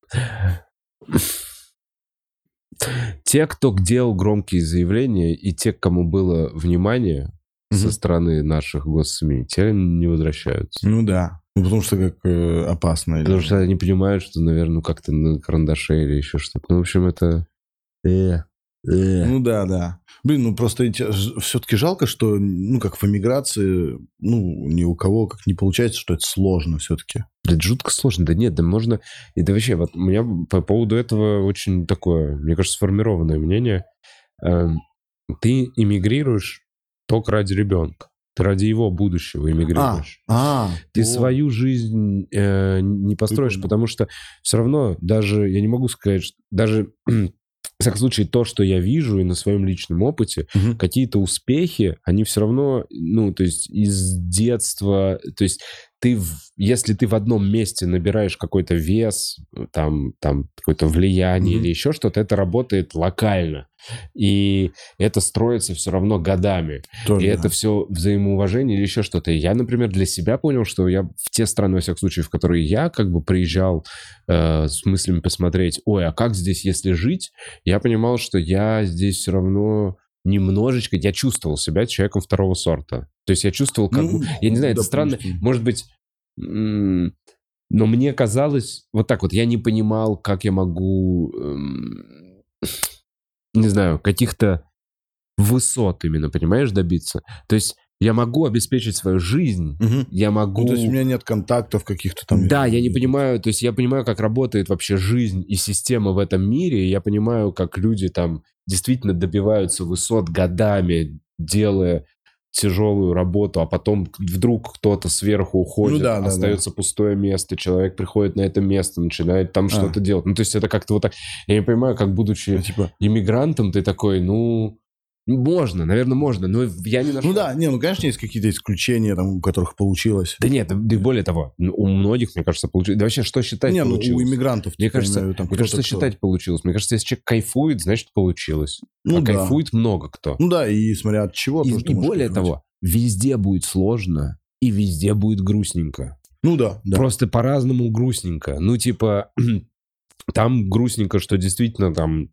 те, кто делал громкие заявления, и те, кому было внимание mm-hmm. со стороны наших госсми, те не возвращаются. Ну да. Ну, потому что как э, опасно. Потому или... что они понимают, что, наверное, ну, как-то на карандаше или еще что-то. Ну, в общем, это... Э, э. Ну, да, да. Блин, ну, просто все-таки жалко, что, ну, как в эмиграции, ну, ни у кого как не получается, что это сложно все-таки. Да это жутко сложно. Да нет, да можно... И да вообще, вот у меня по поводу этого очень такое, мне кажется, сформированное мнение. Ты эмигрируешь только ради ребенка. Ты ради его будущего эмигрируешь. А, а, ты о. свою жизнь э, не построишь, Прикольно. Потому что все равно даже, я не могу сказать, что даже, в всяком случае, то, что я вижу и на своем личном опыте, угу. какие-то успехи, они все равно, ну, то есть из детства, то есть ты, в, если ты в одном месте набираешь какой-то вес, там, там какое-то влияние mm-hmm. или еще что-то, это работает локально. И это строится все равно годами. Тоже, и да. это все взаимоуважение или еще что-то. И я, например, для себя понял, что я в те страны, во всяком случае, в которые я как бы приезжал э, с мыслями посмотреть, ой, а как здесь, если жить, я понимал, что я здесь все равно немножечко, я чувствовал себя человеком второго сорта. То есть я чувствовал, как ну, бы, я не знаю, это странно, может быть, м- но мне казалось, вот так вот, я не понимал, как я могу... Эм, не знаю, каких-то высот именно, понимаешь, добиться. То есть я могу обеспечить свою жизнь, угу. я могу... Ну, то есть у меня нет контактов каких-то там... Да, я не понимаю, то есть я понимаю, как работает вообще жизнь и система в этом мире, и я понимаю, как люди там действительно добиваются высот годами, делая тяжелую работу, а потом вдруг кто-то сверху уходит, ну, да, остается да, да. пустое место, человек приходит на это место, начинает там а. что-то делать. Ну, то есть это как-то вот так... Я не понимаю, как будучи ну, типа... иммигрантом, ты такой, ну... Можно, наверное, можно, но я не нашел. Ну да, не, ну, конечно, есть какие-то исключения, там, у которых получилось. Да нет, да, более того, у многих, мне кажется, получилось. Да вообще, что считать не, получилось? Ну, у иммигрантов. Мне кажется, имею, там, мне кажется считать получилось. Мне кажется, если человек кайфует, значит, получилось. Ну, а да. кайфует много кто. Ну да, и смотря от чего. И, то, и более кайфовать. Того, везде будет сложно, и везде будет грустненько. Ну да, да. Просто по-разному грустненько. Ну, типа, там грустненько, что действительно там...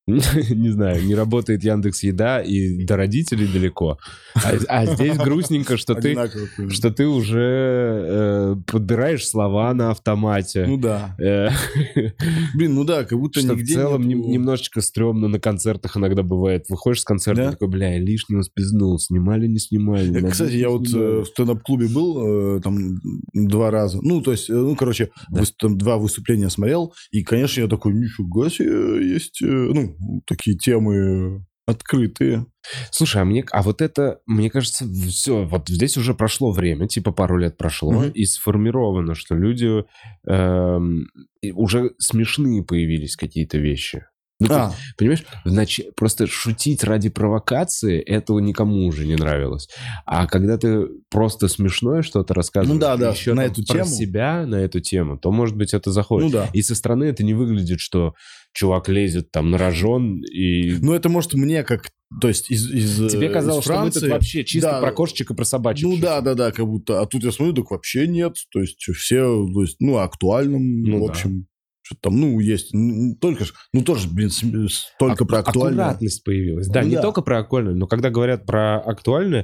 не знаю, не работает Яндекс.Еда и до родителей далеко. А, а здесь грустненько, что ты, что ты уже э, подбираешь слова на автомате. Ну да. Э, Блин, ну да, как будто что нигде в целом нету... немножечко стрёмно на концертах иногда бывает. Выходишь с концерта, да? такой, бля, лишнего спизнул. Снимали, не снимали. Я, кстати, я вот снимали. В стендап-клубе был э, там два раза. Ну, то есть, ну, короче, да. выс- там два выступления смотрел. И, конечно, я такой, нифига себе, есть... Э, ну, такие темы открытые. Слушай, а мне, а вот это, мне кажется, все, вот здесь уже прошло время, типа пару лет прошло, mm-hmm. и сформировано, что люди э, уже смешные появились какие-то вещи. Ну, а. ты, понимаешь, нач... просто шутить ради провокации, этого никому уже не нравилось. А когда ты просто смешное что-то рассказываешь, ну, да, да. еще на там, эту про тему. себя, на эту тему, то, может быть, это заходит. Ну, да. И со стороны это не выглядит, что чувак лезет там на рожон и... Ну, это, может, мне как... То есть из, из Тебе казалось, из Франции... что мы тут вообще чисто да. про кошечек и про собачек. Ну, да, да, да, как будто. А тут я смотрю, так вообще нет. То есть все, то есть, ну, актуальным, ну, в общем... Да. Что там, ну, есть, ну, только ж, ну, тоже, блин, только а, про актуальное. Аккуратность появилась. Да, ну, не да. только про актуальное, но когда говорят про актуальное,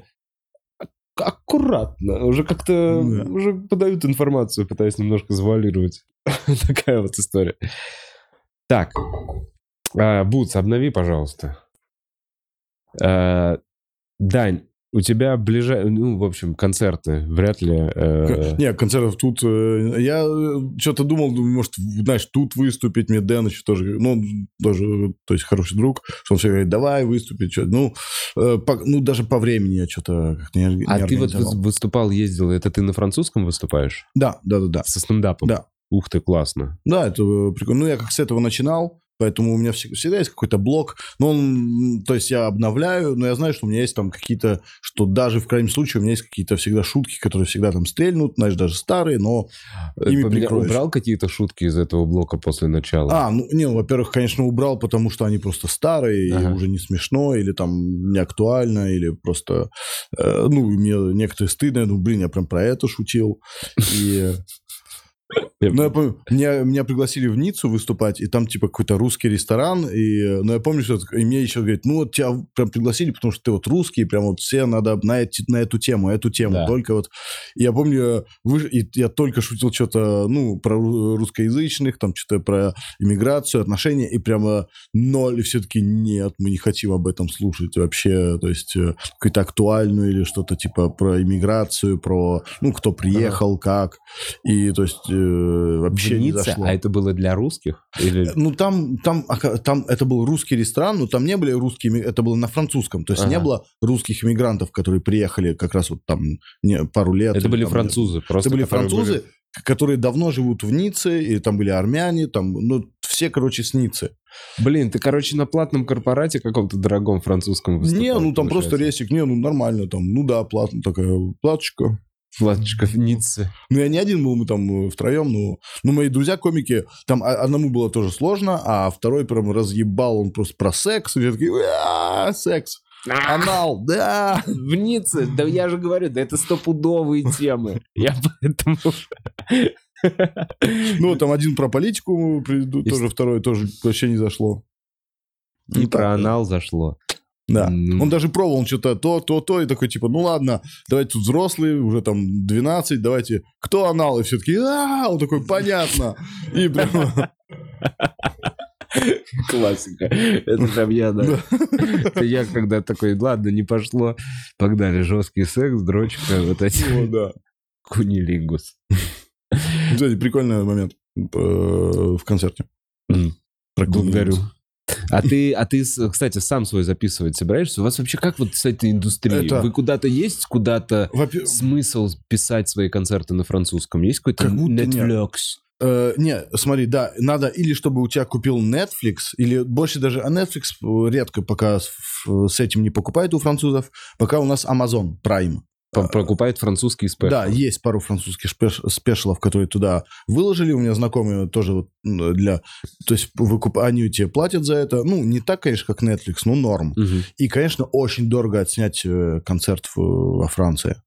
аккуратно. Уже как-то, ну, да. уже подают информацию, пытаясь немножко завуалировать. Такая вот история. Так. Бутс, обнови, пожалуйста. Дань, у тебя ближайшие, ну, в общем, концерты, вряд ли... Э... Не, концертов тут... Э, я что-то думал, может, знаешь, тут выступить, мне Дэныч тоже, ну, он тоже, то есть, хороший друг, что он все говорит, давай выступить, что ну, э, по, ну, даже по времени я что-то как-то не, не А ты вот выступал, ездил, это ты на французском выступаешь? Да, да, да, да. Со стендапом? Да. Ух ты, классно. Да, это прикольно. Ну, я как с этого начинал, поэтому у меня всегда есть какой-то блок. Но он, то есть я обновляю, но я знаю, что у меня есть там какие-то, что даже в крайнем случае у меня есть какие-то всегда шутки, которые всегда там стрельнут, знаешь, даже старые, но ими Поменя... прикроешь. Убрал какие-то шутки из этого блока после начала? А, ну, не, ну, во-первых, конечно, убрал, потому что они просто старые, ага. и уже не смешно, или там не актуально, или просто, э, ну, мне некоторые стыдно, я думаю, блин, я прям про это шутил, и... Ну, я помню, меня, меня пригласили в Ниццу выступать, и там, типа, какой-то русский ресторан, и, ну, я помню, что... И мне еще говорят, ну, вот тебя прям пригласили, потому что ты вот русский, и прям вот все надо на, эти, на эту тему, эту тему, да. только вот... И я помню, вы, и я только шутил что-то, ну, про русскоязычных, там, что-то про иммиграцию, отношения, и прямо ноль, и все таки нет, мы не хотим об этом слушать вообще, то есть, какую-то актуальную или что-то, типа, про иммиграцию, про, ну, кто приехал, ага. как, и, то есть... вообще не зашло. А это было для русских? Или... Ну, там, там, там это был русский ресторан, но там не были русские, это было на французском, то есть ага. не было русских иммигрантов, которые приехали как раз вот там не, пару лет. Это были там, французы? Просто, это были французы, были... которые давно живут в Ницце, и там были армяне, там, ну, все, короче, с Ниццы. Блин, ты, короче, на платном корпорате каком-то дорогом французском выступал? Не, ну, там получается. Просто рейсик, не, ну, нормально, там, ну, да, платная такая платочка. Флаточка в Ницце. Ну, я не один был, мы там втроем, ну, ну, мои друзья-комики, там одному было тоже сложно, а второй прям разъебал, он просто про секс, и все такие, а секс, анал, да. В Ницце? Да я же говорю, да это стопудовые темы. Я поэтому... Ну, там один про политику, тоже второй тоже вообще не зашло. И про анал зашло. Да. Mm. Он даже пробовал, он что-то то, то, то, и такой, типа, ну ладно, давайте тут взрослые, уже там двенадцать, давайте, кто анал? И все таки а он такой, понятно. И прям... Классика. Это прям я, да. Это я когда такой, ладно, не пошло, погнали, жесткий секс, дрочка, вот эти. О, да. Кунилингус. Кстати, прикольный момент в концерте. Благодарю. А ты, а ты, кстати, сам свой записывать собираешься? У вас вообще как вот с этой индустрией? Это... Вы куда-то есть, куда-то Во-первых... смысл писать свои концерты на французском? Есть какой-то Netflix? Uh, не, смотри, да, надо или чтобы у тебя купил Netflix, или больше даже, а Netflix редко пока с, с этим не покупает у французов, пока у нас Amazon Prime. Покупает французские спешалы. Да, есть пару французских спеш... спешалов, которые туда выложили. У меня знакомые тоже вот для... То есть выкуп... они тебе платят за это. Ну, не так, конечно, как Netflix, но норм. Угу. И, конечно, очень дорого отснять концерт во Франции.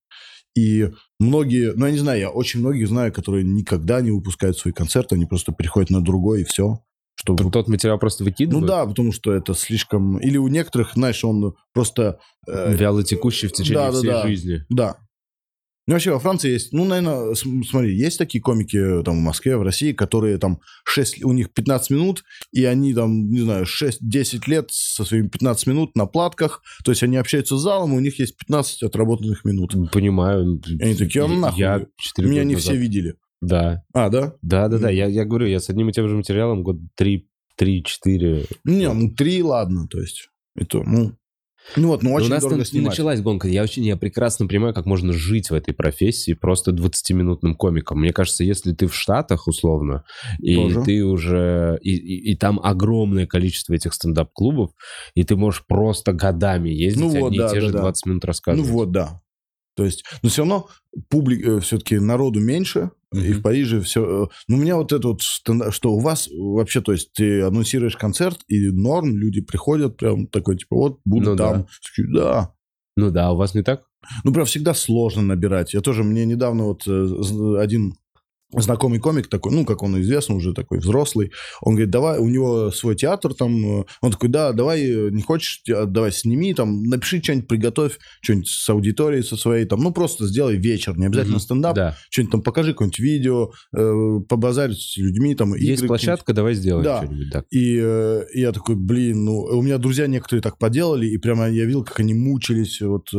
И многие... Ну, я не знаю, я очень многих знаю, которые никогда не выпускают свои концерты. Они просто переходят на другой, и все. Что... Тот материал просто выкидывают? Ну да, потому что это слишком... Или у некоторых, знаешь, он просто... Э... Вяло текущий в течение да, всей да, жизни. Да. Ну, вообще, во Франции есть... Ну, наверное, смотри, есть такие комики там в Москве, в России, которые там шесть... У них пятнадцать минут, и они там, не знаю, шесть-десять лет со своими пятнадцать минут на платках. То есть они общаются с залом, и у них есть пятнадцать отработанных минут. Понимаю. И они такие, а нахуй? Я Меня не все видели. Да. А, да? Да-да-да, mm. я, я говорю, я с одним и тем же материалом год три-четыре. Не, ну три, ладно, то есть. Это, ну... Ну вот, ну очень дорого снимать. У нас началась гонка. Я очень я прекрасно понимаю, как можно жить в этой профессии просто двадцатиминутным комиком. Мне кажется, если ты в Штатах, условно, и Тоже. ты уже... И, и, и там огромное количество этих стендап-клубов, и ты можешь просто годами ездить, ну вот, одни да, и те да, же да. двадцать минут рассказывать. Ну вот, да. То есть, но все равно публика, все-таки народу меньше, mm-hmm. и в Париже все... Ну, у меня вот это вот, что у вас вообще, то есть, ты анонсируешь концерт, и норм, люди приходят прям такой, типа, вот, буду ну, там. Да. да. Ну да, у вас не так? Ну, прям всегда сложно набирать. Я тоже, мне недавно вот один... знакомый комик такой, ну, как он известный, уже такой взрослый, он говорит, давай, у него свой театр там, он такой, да, давай, не хочешь, давай сними, там, напиши что-нибудь, приготовь, что-нибудь с аудиторией со своей, там, ну, просто сделай вечер, не обязательно mm-hmm. стендап, да. что-нибудь там, покажи какое-нибудь видео, э, побазарь с людьми, там, есть игры, площадка, давай сделаем да. что-нибудь, да. И, э, и я такой, блин, ну, у меня друзья некоторые так поделали, и прямо я видел, как они мучились, вот,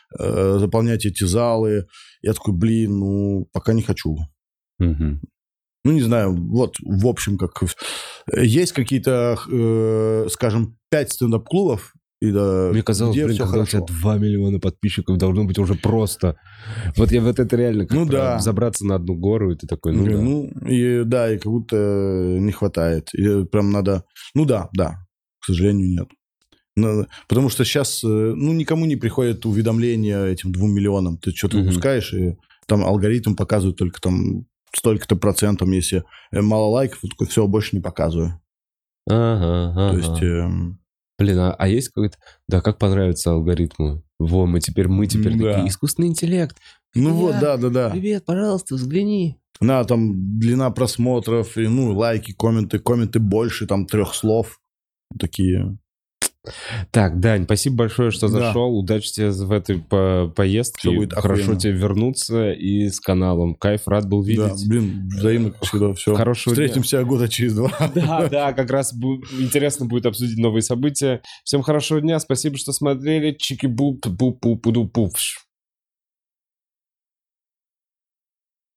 э, заполнять эти залы, я такой, блин, ну, пока не хочу. Угу. Ну, не знаю, вот, в общем, как... Есть какие-то, э, скажем, пять стендап-клубов, и, да, мне казалось, где блин, все когда хорошо. у тебя два миллиона подписчиков, должно быть уже просто. Вот я вот это реально как ну, да. забраться на одну гору, и ты такой, ну, да. Ну, и, да, и как будто не хватает. И прям надо... Ну, да, да, к сожалению, нет. Надо... Потому что сейчас, ну, никому не приходит уведомления этим двум миллионам. Ты что-то выпускаешь, и там алгоритм показывает только там... столько-то процентом, если мало лайков, то все, больше не показываю. Ага, ага. То есть... Э... Блин, а, а есть какой-то... Да, как понравится алгоритму? Во, мы теперь, мы теперь да. такие, искусственный интеллект. Ну вот, да-да-да. Привет, пожалуйста, взгляни. На, там длина просмотров, и, ну, лайки, комменты, комменты больше, там, трех слов. Такие... Так, Дань, спасибо большое, что да. зашел. Удачи тебе в этой по- поездке. Все будет Хорошо охуенно. тебе вернуться и с каналом. Кайф, рад был видеть. Да, блин, взаимно, как всегда, все. Хорошего Встретимся дня. года через два. Да, да, как раз бу- интересно будет обсудить новые события. Всем хорошего дня, спасибо, что смотрели. Чики-буп, буп-пуп-пуп-пуп.